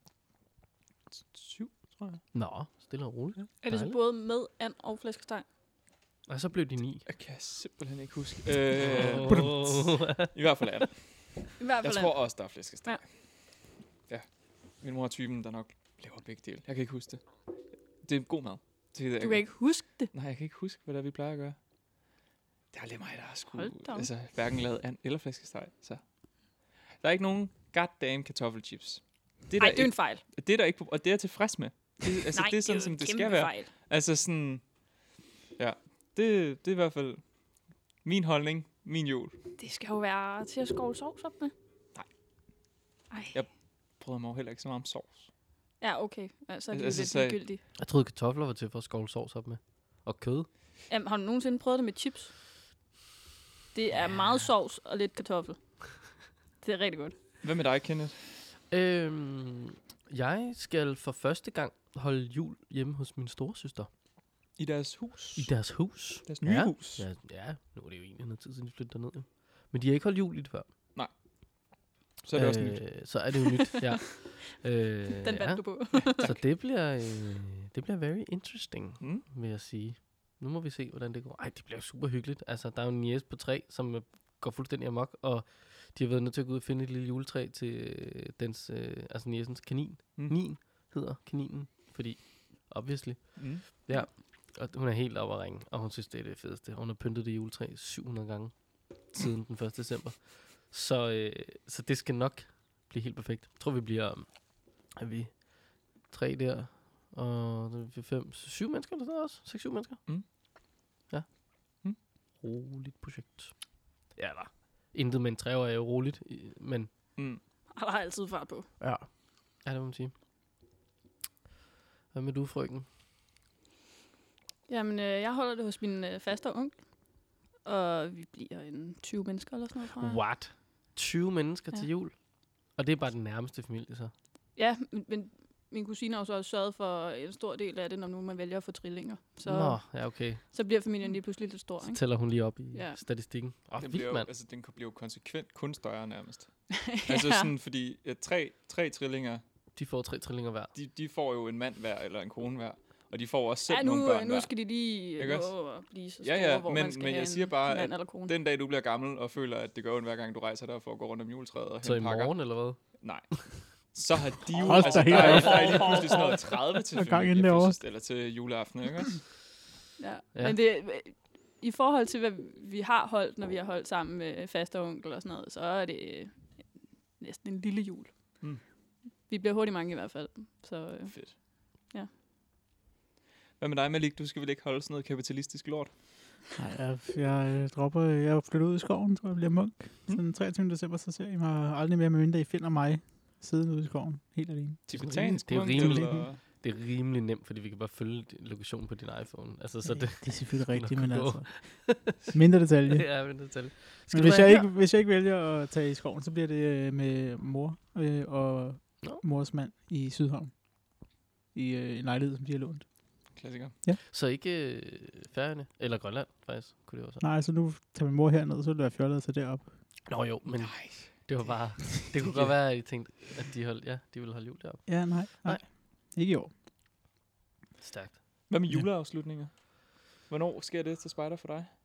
Syv, tror jeg. Nå, stille og roligt. Ja. Er det så Dejligt. både med and og flæskesteg? Og så blev de ni. Jeg kan simpelthen ikke huske. Øh, Oh. I hvert fald er det. I hvert Jeg fald tror også, der er flæskesteg. Ja. Ja. Min mor er typen, der nok laver begge dele. Jeg kan ikke huske det. Det er god mad. Det er det, Du kan ikke huske det. Nej, jeg kan ikke huske, hvad det er, vi plejer at gøre. Det er aldrig mig, der har sgu... Hold da op. Altså, hverken lavet and eller flæskesteg. Så. Der er ikke nogen goddamn kartoffelchips. Det er, Nej, der det er en ikke, fejl. det er der ikke, og det er jeg tilfreds med. Det, altså, Nej, det er sådan, jo som en det kæmpe skal være. Fejl. Altså sådan... Ja, det, det er i hvert fald min holdning, min jul. Det skal jo være til at skåle sovs op med. Nej. Ej. Jeg bryder mig jo heller ikke så meget om sovs. Ja, okay. Altså, det er Altså, lidt så- ligegyldigt. Jeg troede, kartofler var til for at skåle sovs op med. Og kød. Jamen, har du nogensinde prøvet det med chips? Det er meget sovs og lidt kartoffel. Det er rigtig godt. Hvad med dig, Kenneth? Øhm, jeg skal for første gang holde jul hjemme hos min storesøster. I deres hus? I deres hus. deres nye ja. hus? Ja, ja, nu er det jo egentlig noget tid siden, de flyttede derned. Jo. Men de har ikke holdt jul i det før. Så er det også nyt. Så er det jo nyt, ja. Øh, Den vandt ja. du på. Så det bliver, øh, det bliver very interesting, Mm. vil jeg sige. Nu må vi se, hvordan det går. Ej, det bliver super hyggeligt. Altså, der er jo en niece på tre, som øh, går fuldstændig amok, og de har været nødt til at gå ud og finde et lille juletræ til øh, dens, øh, altså niecens kanin. Mm. Nin hedder kaninen, fordi, obviously. Mm. Ja, og hun er helt oppe at ringe, og hun synes, det er det fedeste. Hun har pyntet det juletræ syv hundrede gange siden den første december. Så, øh, så det skal nok blive helt perfekt. Jeg tror, vi bliver um, er vi tre der, og så er vi fem, syv mennesker, der sidder også. Seks, syv mennesker. Mm. Ja. Mm. Roligt projekt. Ja, der. Intet med en træver er jo roligt, i- men Mm. Der har altid fart på. ja. Ja, det må man sige. Hvad med du, frøken? Jamen, øh, jeg holder det hos min øh, faste onkel. Og vi bliver en tyve mennesker eller sådan noget, tror jeg. What? tyve mennesker Ja. til jul? Og det er bare den nærmeste familie, så? Ja, men- men min kusine har jo så også sørget for en stor del af det, når nu man vælger at få trillinger. Så, Nå, ja, okay. så bliver familien lige pludselig lidt stor, Så ikke? tæller hun lige op i Ja. statistikken. Åh, oh, Den, vildt, bliver jo, mand. altså, den bliver jo konsekvent kun større nærmest. Altså sådan, fordi ja, tre, tre trillinger, De får tre trillinger hver. de, de får jo en mand hver, eller en kone hver. Og de får også selv Ja, nogle nu, børn nu hver. skal de lige Ikke også? nå at blive så Ja, store, ja, hvor men- man skal men jeg have siger en bare, mand at eller kone. Den dag, du bliver gammel og føler, at det gør ondt hver gang, du rejser der for at gå rundt om juletræet og Så i hente pakker. morgen, eller hvad? Nej. Så har de jo... Hold da altså, helt der, er, op. der er lige pludselig sådan noget tredive til Der er gang inde familie, derovre. eller til juleaften, ikke også? Ja. Ja. ja. Men det, i forhold til, hvad vi har holdt, når vi har holdt sammen med faste onkel og sådan noget, så er det øh, næsten en lille jul. Mm. Vi bliver hurtigt mange i hvert fald. Så, øh. Fedt. Ja. Hvad med dig, Malik? Du skal vel ikke holde sådan noget kapitalistisk lort? Nej, jeg, jeg øh, dropper, jeg flytter ud i skoven, tror jeg, bliver munk. Mm. Så den treogtyvende december, så ser I mig aldrig mere, medmindre I finder mig siden ude i skoven, helt alene. Tibetansk Det er munk, rimeligt. eller- Det er rimelig nemt, fordi vi kan bare følge lokationen på din iPhone. Altså, så Ja, det, det er selvfølgelig rigtigt, men nok gå. altså. Mindre detalje. ja, men det tal. Men hvis jeg, ikke, hvis jeg ikke vælger at tage i skoven, så bliver det øh, med mor øh, og Nå. mors mand i Sydhavn. I øh, en lejlighed, som de har lånt. Klassiker. Så ikke øh, Færøerne, eller Grønland, faktisk, kunne det også. Nej, så nu tager min mor herned, så vil det være fjollet at tage derop. Nå jo, men Nej. det var bare, det kunne godt være, at I tænkte, at de, holdt, ja, de ville holde jul deroppe. Ja, nej, nej. Nej. Ikke i år. Stærkt. Hvad med Ja. juleafslutninger? Hvornår sker det til spejder for dig?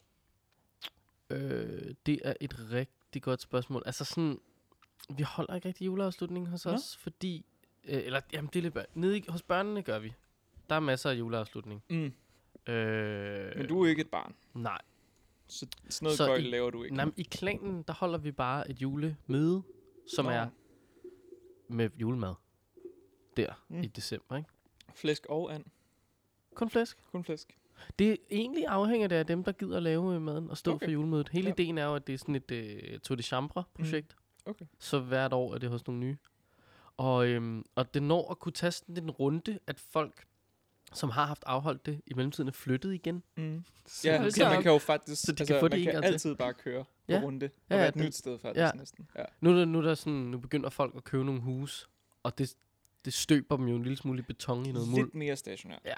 Øh, det er et rigtig godt spørgsmål. Altså sådan, vi holder ikke rigtig juleafslutning hos Nå. os, fordi Øh, eller, jamen, det er lidt... bør- Nede i, hos børnene gør vi. Der er masser af juleafslutning. Mm. Øh, Men du er ikke et barn. Nej. Så sådan noget Så gøjl i- laver du ikke. Nej, men i klanen, der holder vi bare et julemøde, som Nå. er med julemad. Der Mm. i december, ikke? Flæsk og and. Kun flæsk. Kun flæsk. Det er egentlig afhænger det af dem, der gider at lave øh, maden og stå Okay. for julemødet. Hele Ja. ideen er jo, at det er sådan et øh, Tour de Chambre-projekt. Okay. Så hvert år er det hos nogle nye. Og, øhm, og det når at kunne tage sådan en runde, at folk, som har haft afholdt det, i mellemtiden er flyttet igen. Mm. Så Ja, nu hold så da man op. kan jo faktisk... Så de kan altså, få det man en kan gang til. altid bare køre Ja. på runde. Og Ja, være ja, et den- nyt sted faktisk ja. næsten. Ja. Nu, er der, nu, er der sådan, nu begynder folk at købe nogle huse, og det, det støber dem jo en lille smule i beton i noget muld. Lidt mere stationær. Ja.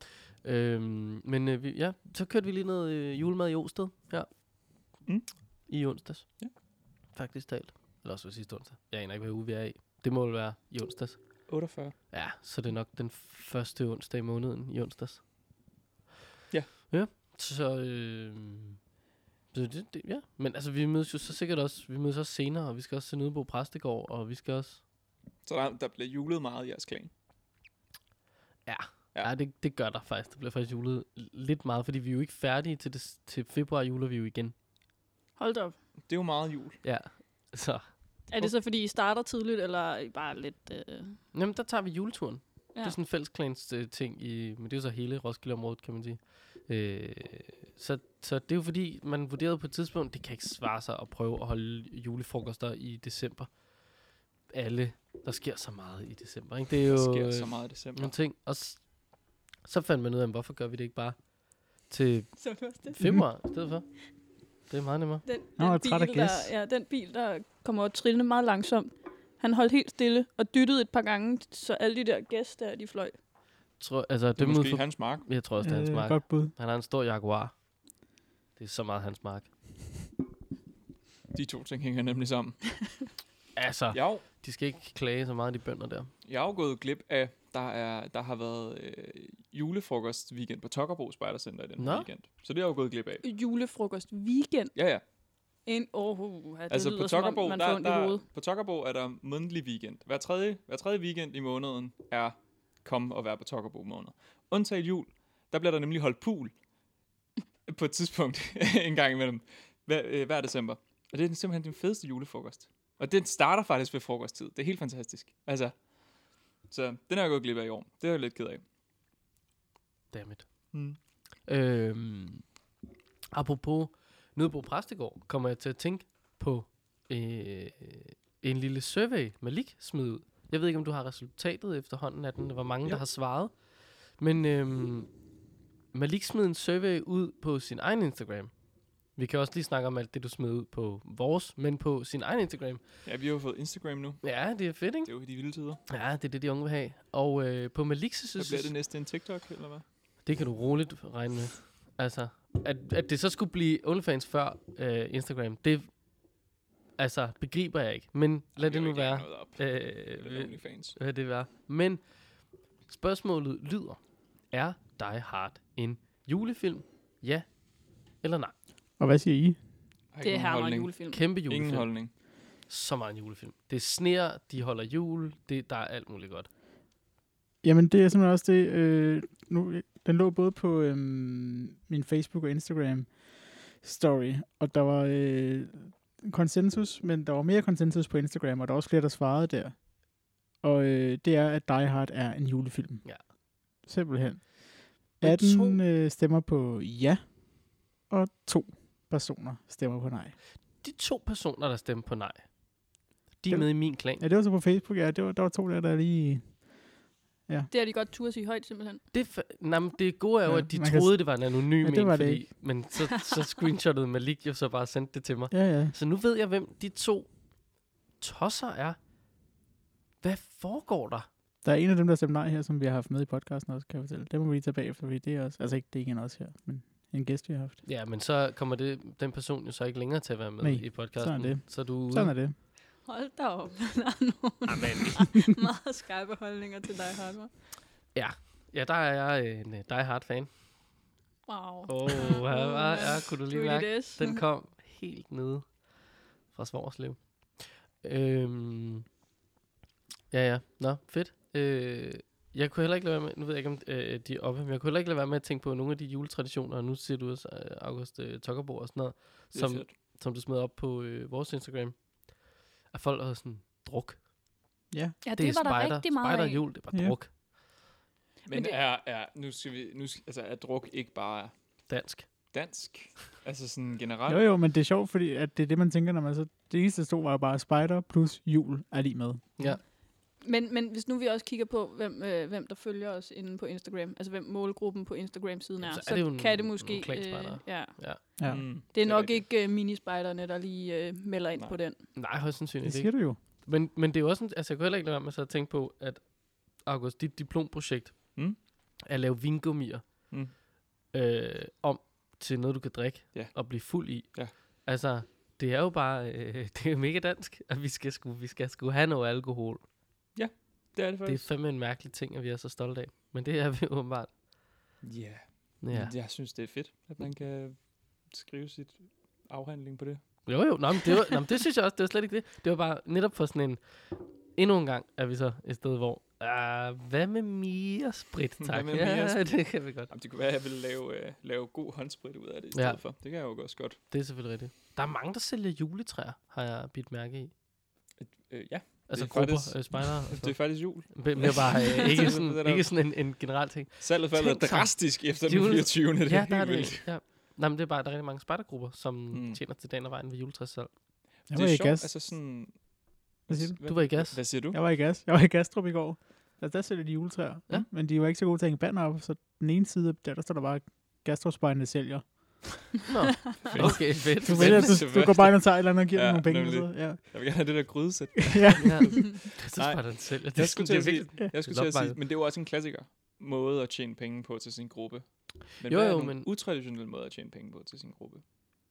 Øhm, men øh, vi, ja, så kørte vi lige noget øh, julemad i Osted her. Mm. I onsdags. Ja. Faktisk talt. Eller også sidste onsdag. Jeg aner ikke, hvad uge vi er i. Det må vel være i onsdags. otteogfyrre. Ja, så det er nok den første onsdag i måneden i onsdags. Ja. Ja, så... Øh, så det, det, ja, men altså vi mødes jo så sikkert også, vi mødes også senere, og vi skal også se Nødebo Præstegård, og vi skal også... Så der, der bliver julet meget i jeres klan. Ja, Ja. ja. ja det, det gør der faktisk. Der bliver faktisk julet lidt meget, fordi vi er jo ikke færdige til, det, til februar, juler vi jo igen. Hold da op. Det er jo meget jul. Ja, så... Er det så, fordi I starter tidligt, eller er I bare lidt... Øh... Jamen, der tager vi juleturen. Ja. Ja. Det er sådan en fællesklans øh, ting, i, men det er jo så hele Roskilde-området, kan man sige. Øh, så, så det er jo fordi, man vurderede på et tidspunkt, det kan ikke svare sig at prøve at holde julefrokoster i december. Alle, der sker så meget i december, ikke? Det er jo Der sker øh, så meget i december. nogle ting. Og s- så fandt man ud af, hvorfor gør vi det ikke bare til Så det også det. februar i stedet for? Det er meget nemmere. Den, Nå, jeg er den, træt af bil, der, gæs. ja, den bil, der kommer trillende meget langsomt, han holdt helt stille og dyttede et par gange, så alle de der gæs der, de fløj. Tror, altså, Det er dem ud måske for, hans mark. jeg tror også, det er hans Øh, mark. godt bud. Han har en stor Jaguar. Det er så meget hans mark. De to ting hænger nemlig sammen. Altså, Jeg, er jo- de skal ikke klage så meget, de bønder der. jeg er jo gået glip af, der, er, der har været øh, julefrokost weekend på Tokkerbro Spejdercenter i den Nå. weekend. Så det er jeg jo gået glip af. Julefrokost weekend. Ja, ja. En, oh, uh, det Altså lyder på som om, Tokkerbro, man får der, ondt i der, hovedet. på Tokkerbro er der månedlig weekend. Hver tredje, hver tredje weekend i måneden er kom og være på Tokkerbro måned. Undtaget jul, der bliver der nemlig holdt pool på et tidspunkt en gang imellem hver, øh, hver december. Og det er simpelthen den fedeste julefrokost. Og den starter faktisk ved frokosttid. Det er helt fantastisk. Altså, så den er jeg gået glip af i år. Det er jeg lidt ked af. Dammit. Mm. Øhm, apropos Nødebo Præstegård, kommer jeg til at tænke på øh, en lille survey, Malik smed ud. Jeg ved ikke, om du har resultatet efterhånden af den. Der var mange, Ja. der har svaret. Men øhm, Malik smed en survey ud på sin egen Instagram. Vi kan også lige snakke om alt det, du smed ud på vores, men på sin egen Instagram. Ja, vi har jo fået Instagram nu. Ja, det er fedt, ikke? Det er jo de vilde tider. Ja, det er det, de unge vil have. Og øh, på Maliks Så bliver det næste en TikTok, eller hvad? det kan du roligt regne med. Altså, at, at det så skulle blive OnlyFans før øh, Instagram, det altså, begriber jeg ikke. Men lad det nu være. Noget op. Øh, Eller OnlyFans. hvad det være. Men spørgsmålet lyder, er Die Hard en julefilm? Ja eller nej? Og hvad siger I? Har Det ikke er nogen her en holdning. julefilm. Kæmpe julefilm. Ingen holdning. Så meget en julefilm. Det sner, de holder jul, det, der er alt muligt godt. Jamen, det er simpelthen også det. Øh, nu, den lå både på øh, min Facebook og Instagram story, og der var øh, konsensus, men der var mere konsensus på Instagram, og der var også flere, der svarede der. Og øh, det er, at Die Hard er en julefilm. Ja. Simpelthen. Men atten øh, stemmer på ja, og to personer stemmer på nej. De to personer, der stemte på nej, de er Det- med i min klan. Ja, det var så på Facebook, ja. Det var, der var to der, der lige... Det har de godt turde sige højt, simpelthen. Det, fa- nej, men det gode er jo, Ja, at de man kan troede, s- det var en anonym Ja, det en, var det fordi, ikke. men så, så screenshottede Malik jo så bare sendte det til mig. Ja, ja. Så nu ved jeg, hvem de to tosser er. Hvad foregår der? Der er en af dem, der stemte nej her, som vi har haft med i podcasten også, kan jeg fortælle. Det må vi lige tage bagefter, fordi det er også... Altså ikke, det er ikke en også her, men en gæst, vi har haft. Ja, men så kommer det, den person jo så ikke længere til at være med Nej, i podcasten. sådan er det. Så er du ude. Sådan er det. Hold da op. Der er nogle Amen. meget skarpe holdninger til dig, Hartmann. Ja, der er jeg en uh, Die Hard-fan. Wow. Åh, oh, ja, ja, kunne du lige mærke? Des. Den kom helt nede fra Svorslev. Øhm, Ja, ja. Nå, fedt. Øh, jeg kunne heller ikke lade være med, nu ved jeg ikke, om øh, de er oppe, men jeg kunne heller ikke lade være med at tænke på nogle af de juletraditioner, og nu ser du også øh, August øh, Tokkerborg og sådan noget, Det er som, fedt. som du smed op på øh, vores Instagram. At folk har sådan druk. Ja. Ja, det, Det, var er der spider, rigtig meget spider af. jul, det er bare Ja. druk. Men, Men det- er, er, nu skal vi, nu skal, altså er druk ikke bare Dansk. dansk? Altså sådan generelt? Jo, jo, men det er sjovt, fordi at det er det, man tænker, når man så... Det eneste, der stod, var bare spider plus jul er lige med. Ja. Men, men hvis nu vi også kigger på, hvem, øh, hvem der følger os inde på Instagram, altså hvem målgruppen på Instagram-siden er, Jamen, så så, er det jo en- kan det nogle måske... klanspejdere. ja. Ja. Ja. Mm, Det er nok rigtigt. ikke uh, minispejderne, der lige uh, melder ind Nej. på den. Nej, højst sandsynligt Det ikke. siger du jo. Men, men det er jo også, en, altså jeg kunne heller ikke lade være med så at tænke på, at August, dit diplomprojekt, Mm. er at lave vingummier Mm. øh, om til noget, du kan drikke Ja. og blive fuld i. Ja. Altså, det er jo bare, øh, det er jo mega dansk, at vi skal sgu, vi skal sgu have noget alkohol. Det er det Det er faktisk. fandme en mærkelig ting, at vi er så stolte af. Men det er vi jo åbenbart. Ja. Ja. Yeah. Jeg synes, det er fedt, at man kan skrive sit afhandling på det. Jo jo, nå, men det, var, nå, men det synes jeg også, det var slet ikke det. Det var bare netop for sådan en, endnu en gang er vi så et sted, hvor, ah, hvad med mere sprit, tak. Hvad med Ja, mere sprit? det kan vi godt. Jamen, det kunne være, at jeg ville lave, øh, lave god håndsprit ud af det i Ja. stedet for. Det kan jeg jo også godt. Det er selvfølgelig rigtigt. Der er mange, der sælger juletræer, har jeg bidt mærke i. Øh, ja, Altså er grupper, faktisk- øh, spejdere. det er faktisk jul. Det er bare øh, ikke Det sådan, er der- ikke sådan en, en generel ting. Salget falder Tænk sig. drastisk efter den Jule- fireogtyvende Det Ja, er der er helt vildt. det. Ja. Nej, men det er bare, der er rigtig mange spejdergrupper, som Mm. mm. tjener til dagen og vejen ved juletræssalg. Jeg Det var er i sjovt, gas. altså sådan... Hvad siger du? Du var i gas. Hvad siger du? Jeg var i gas. Jeg var i Gastrup i går. Der, der sælger de juletræer. Ja. Men de var ikke så gode til at hænge banner op, så den ene side, der, der står der bare Gastrup-spejlene sælger. Nå, okay, fedt. Du, vælger, til du, du går bare ind og tager et eller andet og giver Ja, dem nogle penge. nemlig. Og så, ja. Jeg vil gerne have det der grydesæt. ja. Ja, så Nej. spejder den selv. Det, Jeg er skulle sådan- til det at er sige, virkelig- jeg skulle Det er til at sige, opbakket. men det er jo også en klassiker måde at tjene penge på til sin gruppe. Men Jo, hvad er jo, nogle men- utraditionelle måder at tjene penge på til sin gruppe?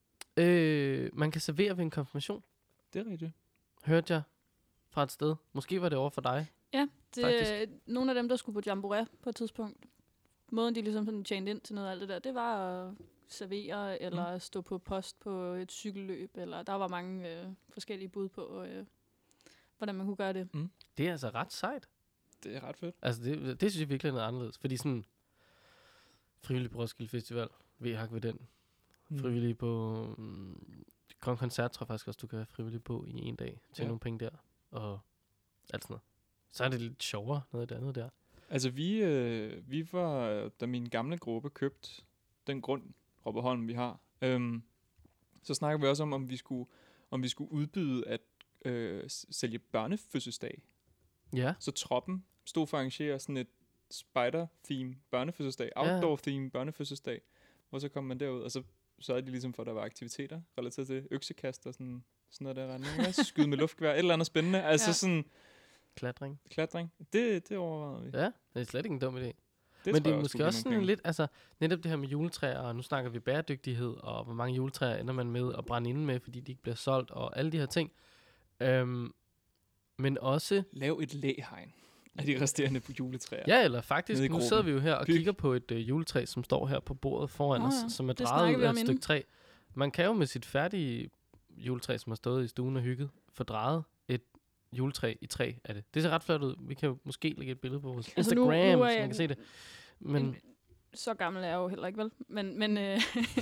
Øh, man kan servere ved en konfirmation, Det er rigtigt. hørte jeg fra et sted. Måske var det over for dig. Ja, det Faktisk. er nogle af dem, der skulle på Jamboree på et tidspunkt. Måden, de ligesom sådan tjente ind til noget af alt det der, det var at servere, eller Mm. stå på post på et cykelløb, eller der var mange øh, forskellige bud på, øh, hvordan man kunne gøre det. Det er altså ret sejt. Det er ret fedt. Altså, det, det synes jeg virkelig er noget anderledes. Fordi sådan, frivillig på Roskilde Festival, V-hak ved den. Mm. Frivillig på mm, Kong Koncert, tror jeg faktisk også, du kan være frivillig på i en dag. Til Ja. nogle penge der. Og alt sådan noget. Så er det lidt sjovere, noget af det andet der. Altså vi, øh, vi var, da min gamle gruppe købte den grund, Råberholm, vi har, øhm, så snakker vi også om, om vi skulle, om vi skulle udbyde at øh, s- sælge børnefødselsdag. Ja. Så troppen stod for at arrangere sådan et spider-theme børnefødselsdag, Ja. outdoor-theme børnefødselsdag, hvor så kom man derud, og så sørgede de ligesom for, at der var aktiviteter relateret til øksekast og sådan, sådan noget der. Rende. Skyde med luftgevær, et eller andet spændende. Altså Ja. sådan Klatring. klatring. Det, det overvejede vi. Ja, det er slet ikke en dum idé. Det Men tror det er jeg måske kunne også give sådan nogle lidt, altså netop det her med juletræer, og nu snakker vi bæredygtighed, og hvor mange juletræer ender man med at brænde inde med, fordi de ikke bliver solgt, og alle de her ting. Øhm, men også, Lav et læhegn af de resterende på juletræer. ja, eller faktisk, Nede i nu gruppen. sidder vi jo her og Pyg. kigger på et øh, juletræ, som står her på bordet foran Nå os, ja, som er det drejet snakker ud vi af om et inden. stykke træ. Man kan jo med sit færdige juletræ, som har stået i stuen og hygget, få drejet et juletræ i træ af det. Det ser ret flot ud. Vi kan jo måske lægge et billede på vores Altså, nu- Instagram, nu er så jeg- man kan se det. Men Men, så gammel er jeg jo heller ikke, vel? Men, men øh,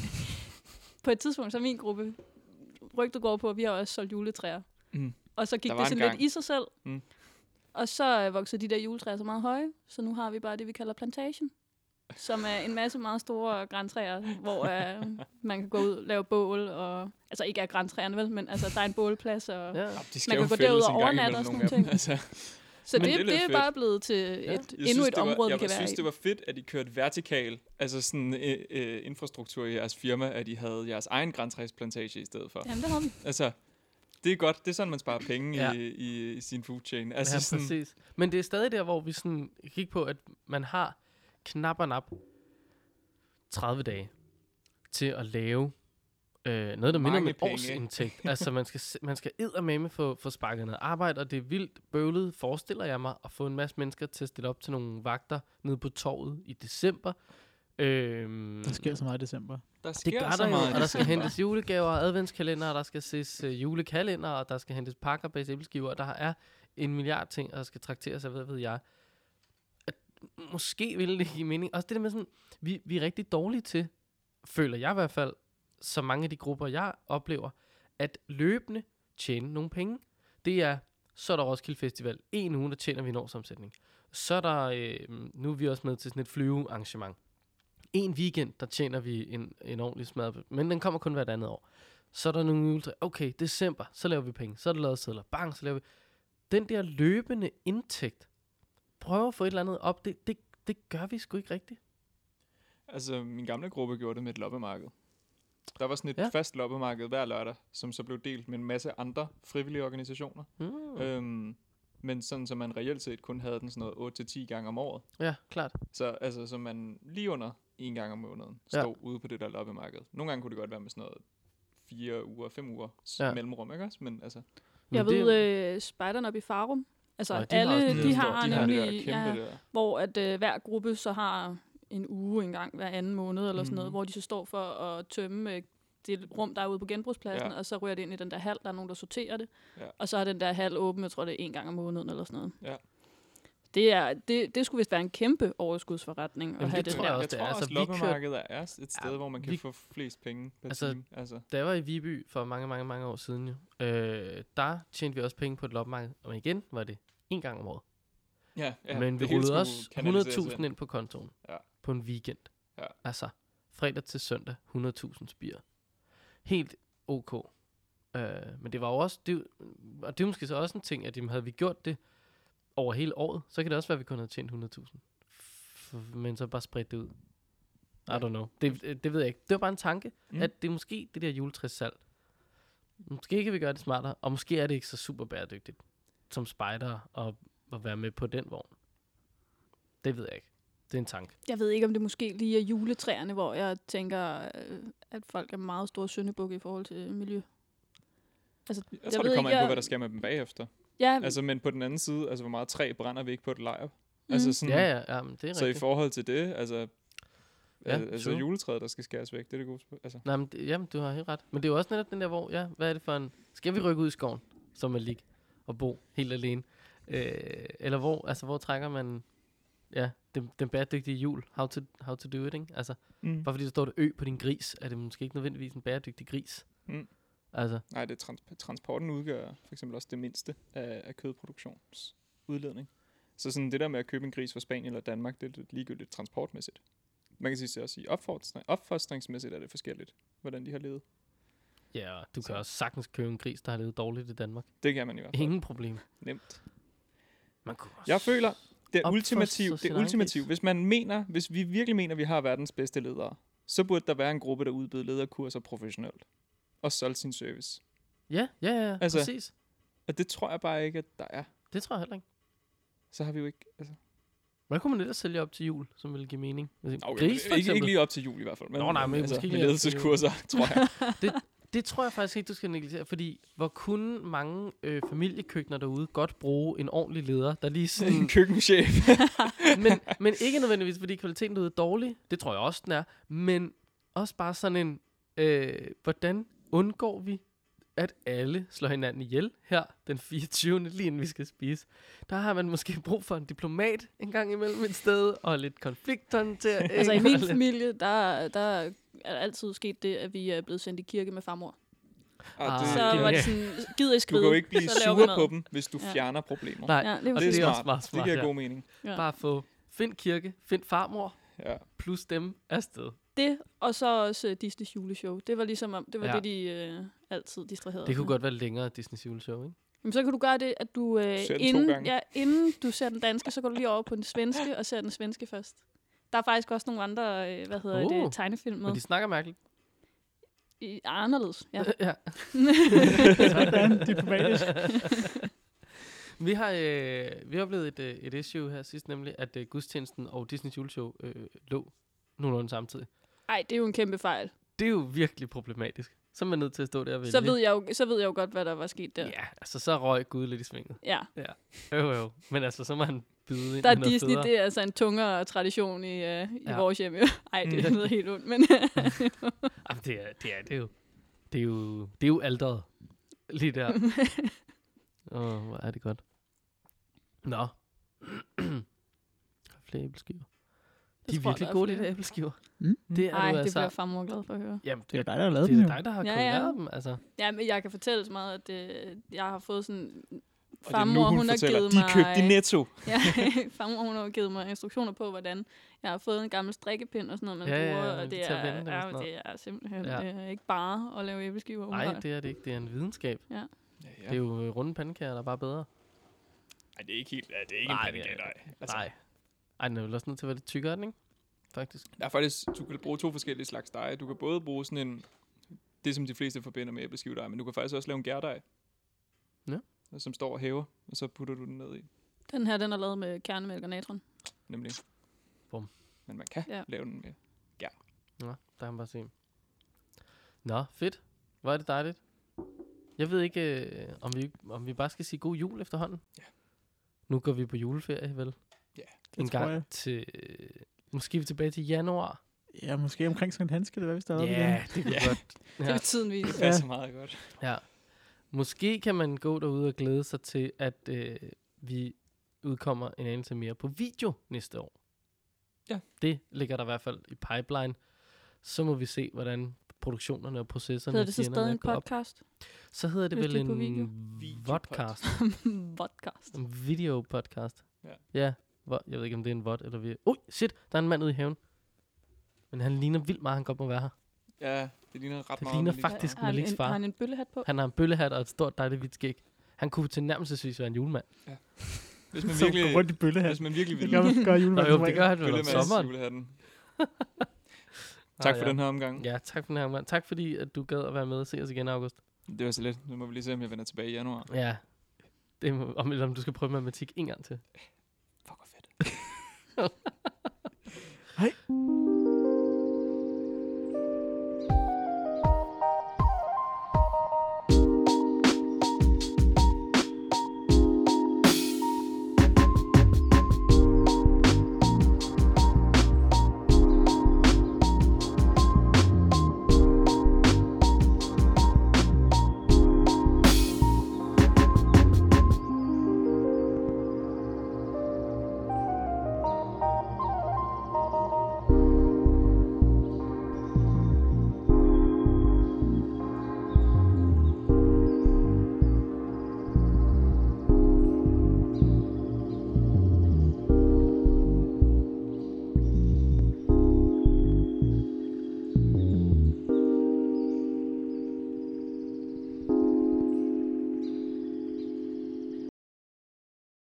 på et tidspunkt, så er min gruppe, rygtet går på, at vi har også solgt juletræer. Mm. Og så gik Der det var sådan en lidt gang. i sig selv. Mm. Og så øh, voksede de der juletræer så meget høje, så nu har vi bare det, vi kalder plantation. Som er en masse meget store grantræer, hvor øh, man kan gå ud og lave bål. Og, altså ikke af grantræerne, vel? Men altså, der er en bålplads. Og, ja, Ja, de skal Man jo kan gå fældes derud og en gang overnatte imellem og sådan nogle af nogle dem. Altså, så Men det, det er det, lidt det er fedt. bare blevet til et, jeg endnu synes, et det var, område, jeg vi kan være synes, i. det var fedt, at I kørte vertikal, altså sådan øh, øh, infrastruktur i jeres firma, at I havde jeres egen grantræsplantage i stedet for. Jamen, det har vi. Altså, det er godt. Det er sådan, man sparer penge Ja. i, i, i sin food chain. Altså, ja, sådan, præcis. Men det er stadig der, hvor vi sådan kigger på, at man har knap og nap tredive dage til at lave øh, noget, der minder om Mange et penge. årsindtægt. Altså, man skal, s- man skal eddermame få, få sparket noget arbejde, og det er vildt bøvlet, forestiller jeg mig, at få en masse mennesker til at stille op til nogle vagter nede på torvet i december. Øhm, Der sker så meget i december. der sker det gør så der jo, meget i og der skal december. hentes julegaver og adventskalender, og der skal ses uh, julekalender, og der skal hentes pakker, bag æbleskiver, og der er en milliard ting, og skal trakteres af, hvad ved jeg. At måske ville det give mening. Også det der med sådan, vi, vi er rigtig dårlige til, føler jeg i hvert fald, så mange af de grupper, jeg oplever, at løbende tjene nogle penge. Det er, så er der Roskilde Festival. En uge, der tjener vi en årsomsætning. Så er der, øh, nu er vi også med til sådan et flyvearrangement. En weekend, der tjener vi en, en ordentlig smad, men den kommer kun hvert andet år. Så er der nogle juletræer. Okay, december, så laver vi penge. Så er der lavet sedler. Bang, så laver vi. Den der løbende indtægt, prøv at få et eller andet op, det, det, det gør vi sgu ikke rigtigt. Altså, min gamle gruppe gjorde det med et loppemarked. Der var sådan et Ja. ja. fast loppemarked hver lørdag, som så blev delt med en masse andre frivillige organisationer. Mm. Øhm, men sådan, så man reelt set kun havde den sådan noget otte til ti gange om året. Ja, klart. Så, altså, så man lige under en gang om måneden Ja. stod ude på det der loppemarked. Nogle gange kunne det godt være med sådan noget fire uger, fem uger Ja. ja. mellemrum, ikke også? Men altså, Jeg Men det- ved, øh, spejderne op i Farum, altså Nå, de har alle, også de, det de der har store- de har det der nemlig, kæmpe ja, der. hvor at øh, hver gruppe så har en uge engang hver anden måned, eller sådan noget, Mhm. hvor de så står for at tømme øh, det rum, der er ude på genbrugspladsen, Ja. og så ryger det ind i den der hal, der er nogen, der sorterer det, Ja. og så er den der hal åben, jeg tror det er en gang om måneden, eller sådan noget. Ja. Det, er, det, det skulle vist være en kæmpe overskudsforretning at Jamen, have det det, tror der. jeg Jeg også, det tror er. også, Altså, altså, vi kørte- loppemarkedet er et sted, Ja, hvor man kan vi- få flest penge per Altså, time. Altså, Da jeg var i Viby for mange, mange, mange år siden, jo, øh, der tjente vi også penge på et loppemarked. Og igen var det en gang om året. ja, ja, Men vi det hele rullede skulle også kanaliseres hundrede tusind ind på kontoen. Ja. På en weekend. Ja. Altså, fredag til søndag, hundrede tusind spire. Helt ok. Øh, men det var jo også, det, og det er måske så også en ting, at jamen, havde vi gjort det over hele året, så kan det også være, at vi kun havde tjent hundrede tusind. F- Men så bare spredt det ud. I Ja. don't know. Det, det ved jeg ikke. Det var bare en tanke, Mm. mm. at det er måske det der juletræssalg. Måske kan vi gøre det smartere, og måske er det ikke så super bæredygtigt som spejder at, at være med på den vogn. Det ved jeg ikke. Det er en tanke. Jeg ved ikke, om det måske lige er juletræerne, hvor jeg tænker, øh, at folk er meget store syndebukke i forhold til miljø. Altså, Jeg jeg tror, ved det kommer ikke, an på, jeg- hvad der sker med dem bagefter. ja, Altså, men på den anden side, altså, hvor meget træ brænder vi ikke på et lejr? Mm. Altså, sådan, Ja, ja, ja, men det er så i rigtigt. forhold til det, altså, Ja, ja, altså true. juletræet, der skal skæres væk, det er det gode spørgsmål. Altså, Nej, men det, jamen, du har helt ret. Men det er jo også netop den der, hvor, ja, hvad er det for en... Skal vi rykke ud i skoven, som er lig, og bo helt alene? Øh, eller hvor, altså, hvor trækker man, ja, den, den bæredygtige jul? How to, how to do it, ikke? Altså, mm. bare fordi der står et ø på din gris, er det måske ikke nødvendigvis en bæredygtig gris. Mm. Altså, Nej, det er trans- transporten udgør for eksempel også det mindste af, af kødproduktionsudledning. Så sådan det der med at købe en gris fra Spanien eller Danmark, det er lidt ligegyldigt transportmæssigt. Man kan sige så også i opfostring, opfostringsmæssigt er det forskelligt, hvordan de har levet. ja, og du Så. kan også sagtens købe en gris, der har levet dårligt i Danmark. Det kan man i hvert fald. Ingen problem. Nemt. Man kunne også... Jeg føler, det er Opfostre ultimativt, det sin er egen ultimativt. gris. Hvis man mener, hvis vi virkelig mener, at vi har verdens bedste ledere, så burde der være en gruppe, der udbyder lederkurser professionelt. Og solgte sin service. Ja, ja, ja, Altså- altså, præcis. Og det tror jeg bare ikke, at der er. Det tror jeg heller ikke. Så har vi jo ikke... Altså, Hvad kunne man ellers sælge op til jul, som ville give mening? Altså, okay, gris, for ikke, eksempel. ikke lige op til jul i hvert fald. Men, Nå, nej, men altså, måske med lige op til ledelseskurser, tror jeg. Det tror jeg faktisk ikke, du skal negligere, fordi hvor kunne mange øh, familiekøkkener derude godt bruge en ordentlig leder, der lige sådan... En køkkenchef. men, men ikke nødvendigvis, fordi kvaliteten derude er dårlig. Det tror jeg også, den er. Men også bare sådan en... Øh, hvordan undgår vi, at alle slår hinanden ihjel her den fireogtyvende lige inden vi skal spise? Der har man måske brug for en diplomat en gang imellem et sted, og lidt konflikthåndtering. altså i min og lidt- familie, der, der er altid sket det, at vi er blevet sendt i kirke med farmor. Og Ah, det, Så det- var det sådan, gider I du skride, kan jo ikke blive så laver vi sur mad. på dem, hvis du Ja. fjerner problemer. Nej, Ja, det Og var det er det er smart. også meget Det smart, giver ja. god mening. Ja. Bare få... Find kirke, find farmor, Ja. plus dem afsted. Det, og så også uh, Disneys juleshow. Det var ligesom om, det var Ja. ja. det, de uh, altid distraherede Det os kunne med. godt være længere Disneys juleshow, ikke? Jamen, så kan du gøre det, at du uh, Ser den to inden, gange. ja, inden du ser den danske, så går du lige over på den svenske og ser den svenske først. Der er faktisk også nogle andre, uh, hvad hedder Uh, det, tegnefilm med. Men de snakker mærkeligt. I, anderledes, ja. ja. Sådan, diplomatisk. Vi har, øh, vi har oplevet et, øh, et issue her sidst, nemlig at øh, gudstjenesten og Disneys juleshow øh, lå nogenlunde samtidig. Ej, det er jo en kæmpe fejl. Det er jo virkelig problematisk. Så er man nødt til at stå der og vælge. Så ved, jeg jo, så ved jeg jo godt, hvad der var sket der. Ja, altså så røg Gud lidt i svinget. Ja. Jo, jo. Men altså, så må han byde ind Der er med noget Disney, federe. det er altså en tungere tradition i, uh, i Ja. ja. vores hjem. Jo. Ej, det er noget helt ondt, men Jamen, det er, det er, det er jo, det er jo, det er jo alderet. Lige der. Åh, oh, hvor er det godt. Nå. Flere æbleskiver. Det De er tror jeg, virkelig der er gode, de flere. der æbleskiver. Mm. Det er Nej, du det altså... bliver farmor glad for at høre. Jamen, Det er det, dig, der har lavet det dem, er jo. dig, der har Ja, koloreret ja. dem, altså. Ja, men jeg kan fortælle så meget, at øh, jeg har fået sådan... Og det er nu, Farmor, hun, hun har fortæller, givet de mig... købte i Netto. Ja, farmor, hun har givet mig instruktioner på, hvordan jeg har fået en gammel strikkepind og sådan noget, man Ja, ja, bruger, ja, og det til at er, vende dem og ja, sådan noget. det er simpelthen Ja. det er ikke bare at lave æbleskiver. Nej, umiddelbart. det er det ikke. Det er en videnskab. Ja. Ja, Det ja. er jo øh, runde pandekager, der er bare bedre. Ej, det er ikke helt... Ja, det er ikke Nej, en det er- pandekage, nej. Altså, Nej. Ej, den er vel også nødt til at være lidt tykkere, den, ikke? Faktisk. Der er faktisk... Du kan bruge to forskellige slags dej. Du kan både bruge sådan en... Det, som de fleste forbinder med æbleskivedej, men du kan faktisk også lave en gærdej. Ja. Som står og hæver, og så putter du den ned i. Den her, den er lavet med kernemælk og natron. Nemlig. Bum. Men man kan Ja. lave den med... Nå, der kan man bare se. Nå, fedt. Hvor er det dejligt. Jeg ved ikke, øh, om, vi, om vi bare skal sige god jul efterhånden. Ja. Nu går vi på juleferie, vel? Ja, det En tror gang jeg. til... øh, Måske er vi tilbage til januar. Ja, måske omkring sådan en handske, eller hvad hvis der er oppe Ja, igen. det kunne Ja. godt. Det Ja. er tiden, vi... Det passer meget godt. Ja. Måske kan man gå derude og glæde sig til, at øh, vi udkommer en anelse mere på video næste år. Ja. Det ligger der i hvert fald i pipeline. Så må vi se, hvordan produktionerne og processerne Hedder det så ender med stadig at en gå op. podcast? Så hedder det Hvis vel det er på en video? vodcast. Podcast. En videopodcast. Ja. Ja. Hvor, jeg ved ikke, om det er en vod eller vi. Ui, shit, der er en mand ude i haven. Men han ligner vildt meget, han godt må være her. Ja, det ligner ret Det meget. ligner Malik. faktisk- Har han, Maliks en, far. har han en bøllehat på? Han har en bøllehat og et stort dejligt hvidt skæg. Han kunne tilnærmelsesvis være en julemand. Hvis man Som virkelig... går rundt i bøllehat. Hvis man virkelig Det vil... gør, gør Nå, julemanden jo, som det gør han vel om Bøllemands sommeren. julehatten. Tak for Ah, ja. den her omgang. Ja, tak for den her omgang. Tak fordi, at du gad at være med og se os igen, August. Det var så lidt. Nu må vi lige se, om jeg vender tilbage i januar. Ja. Det må, om, eller om du skal prøve matematik en gang til.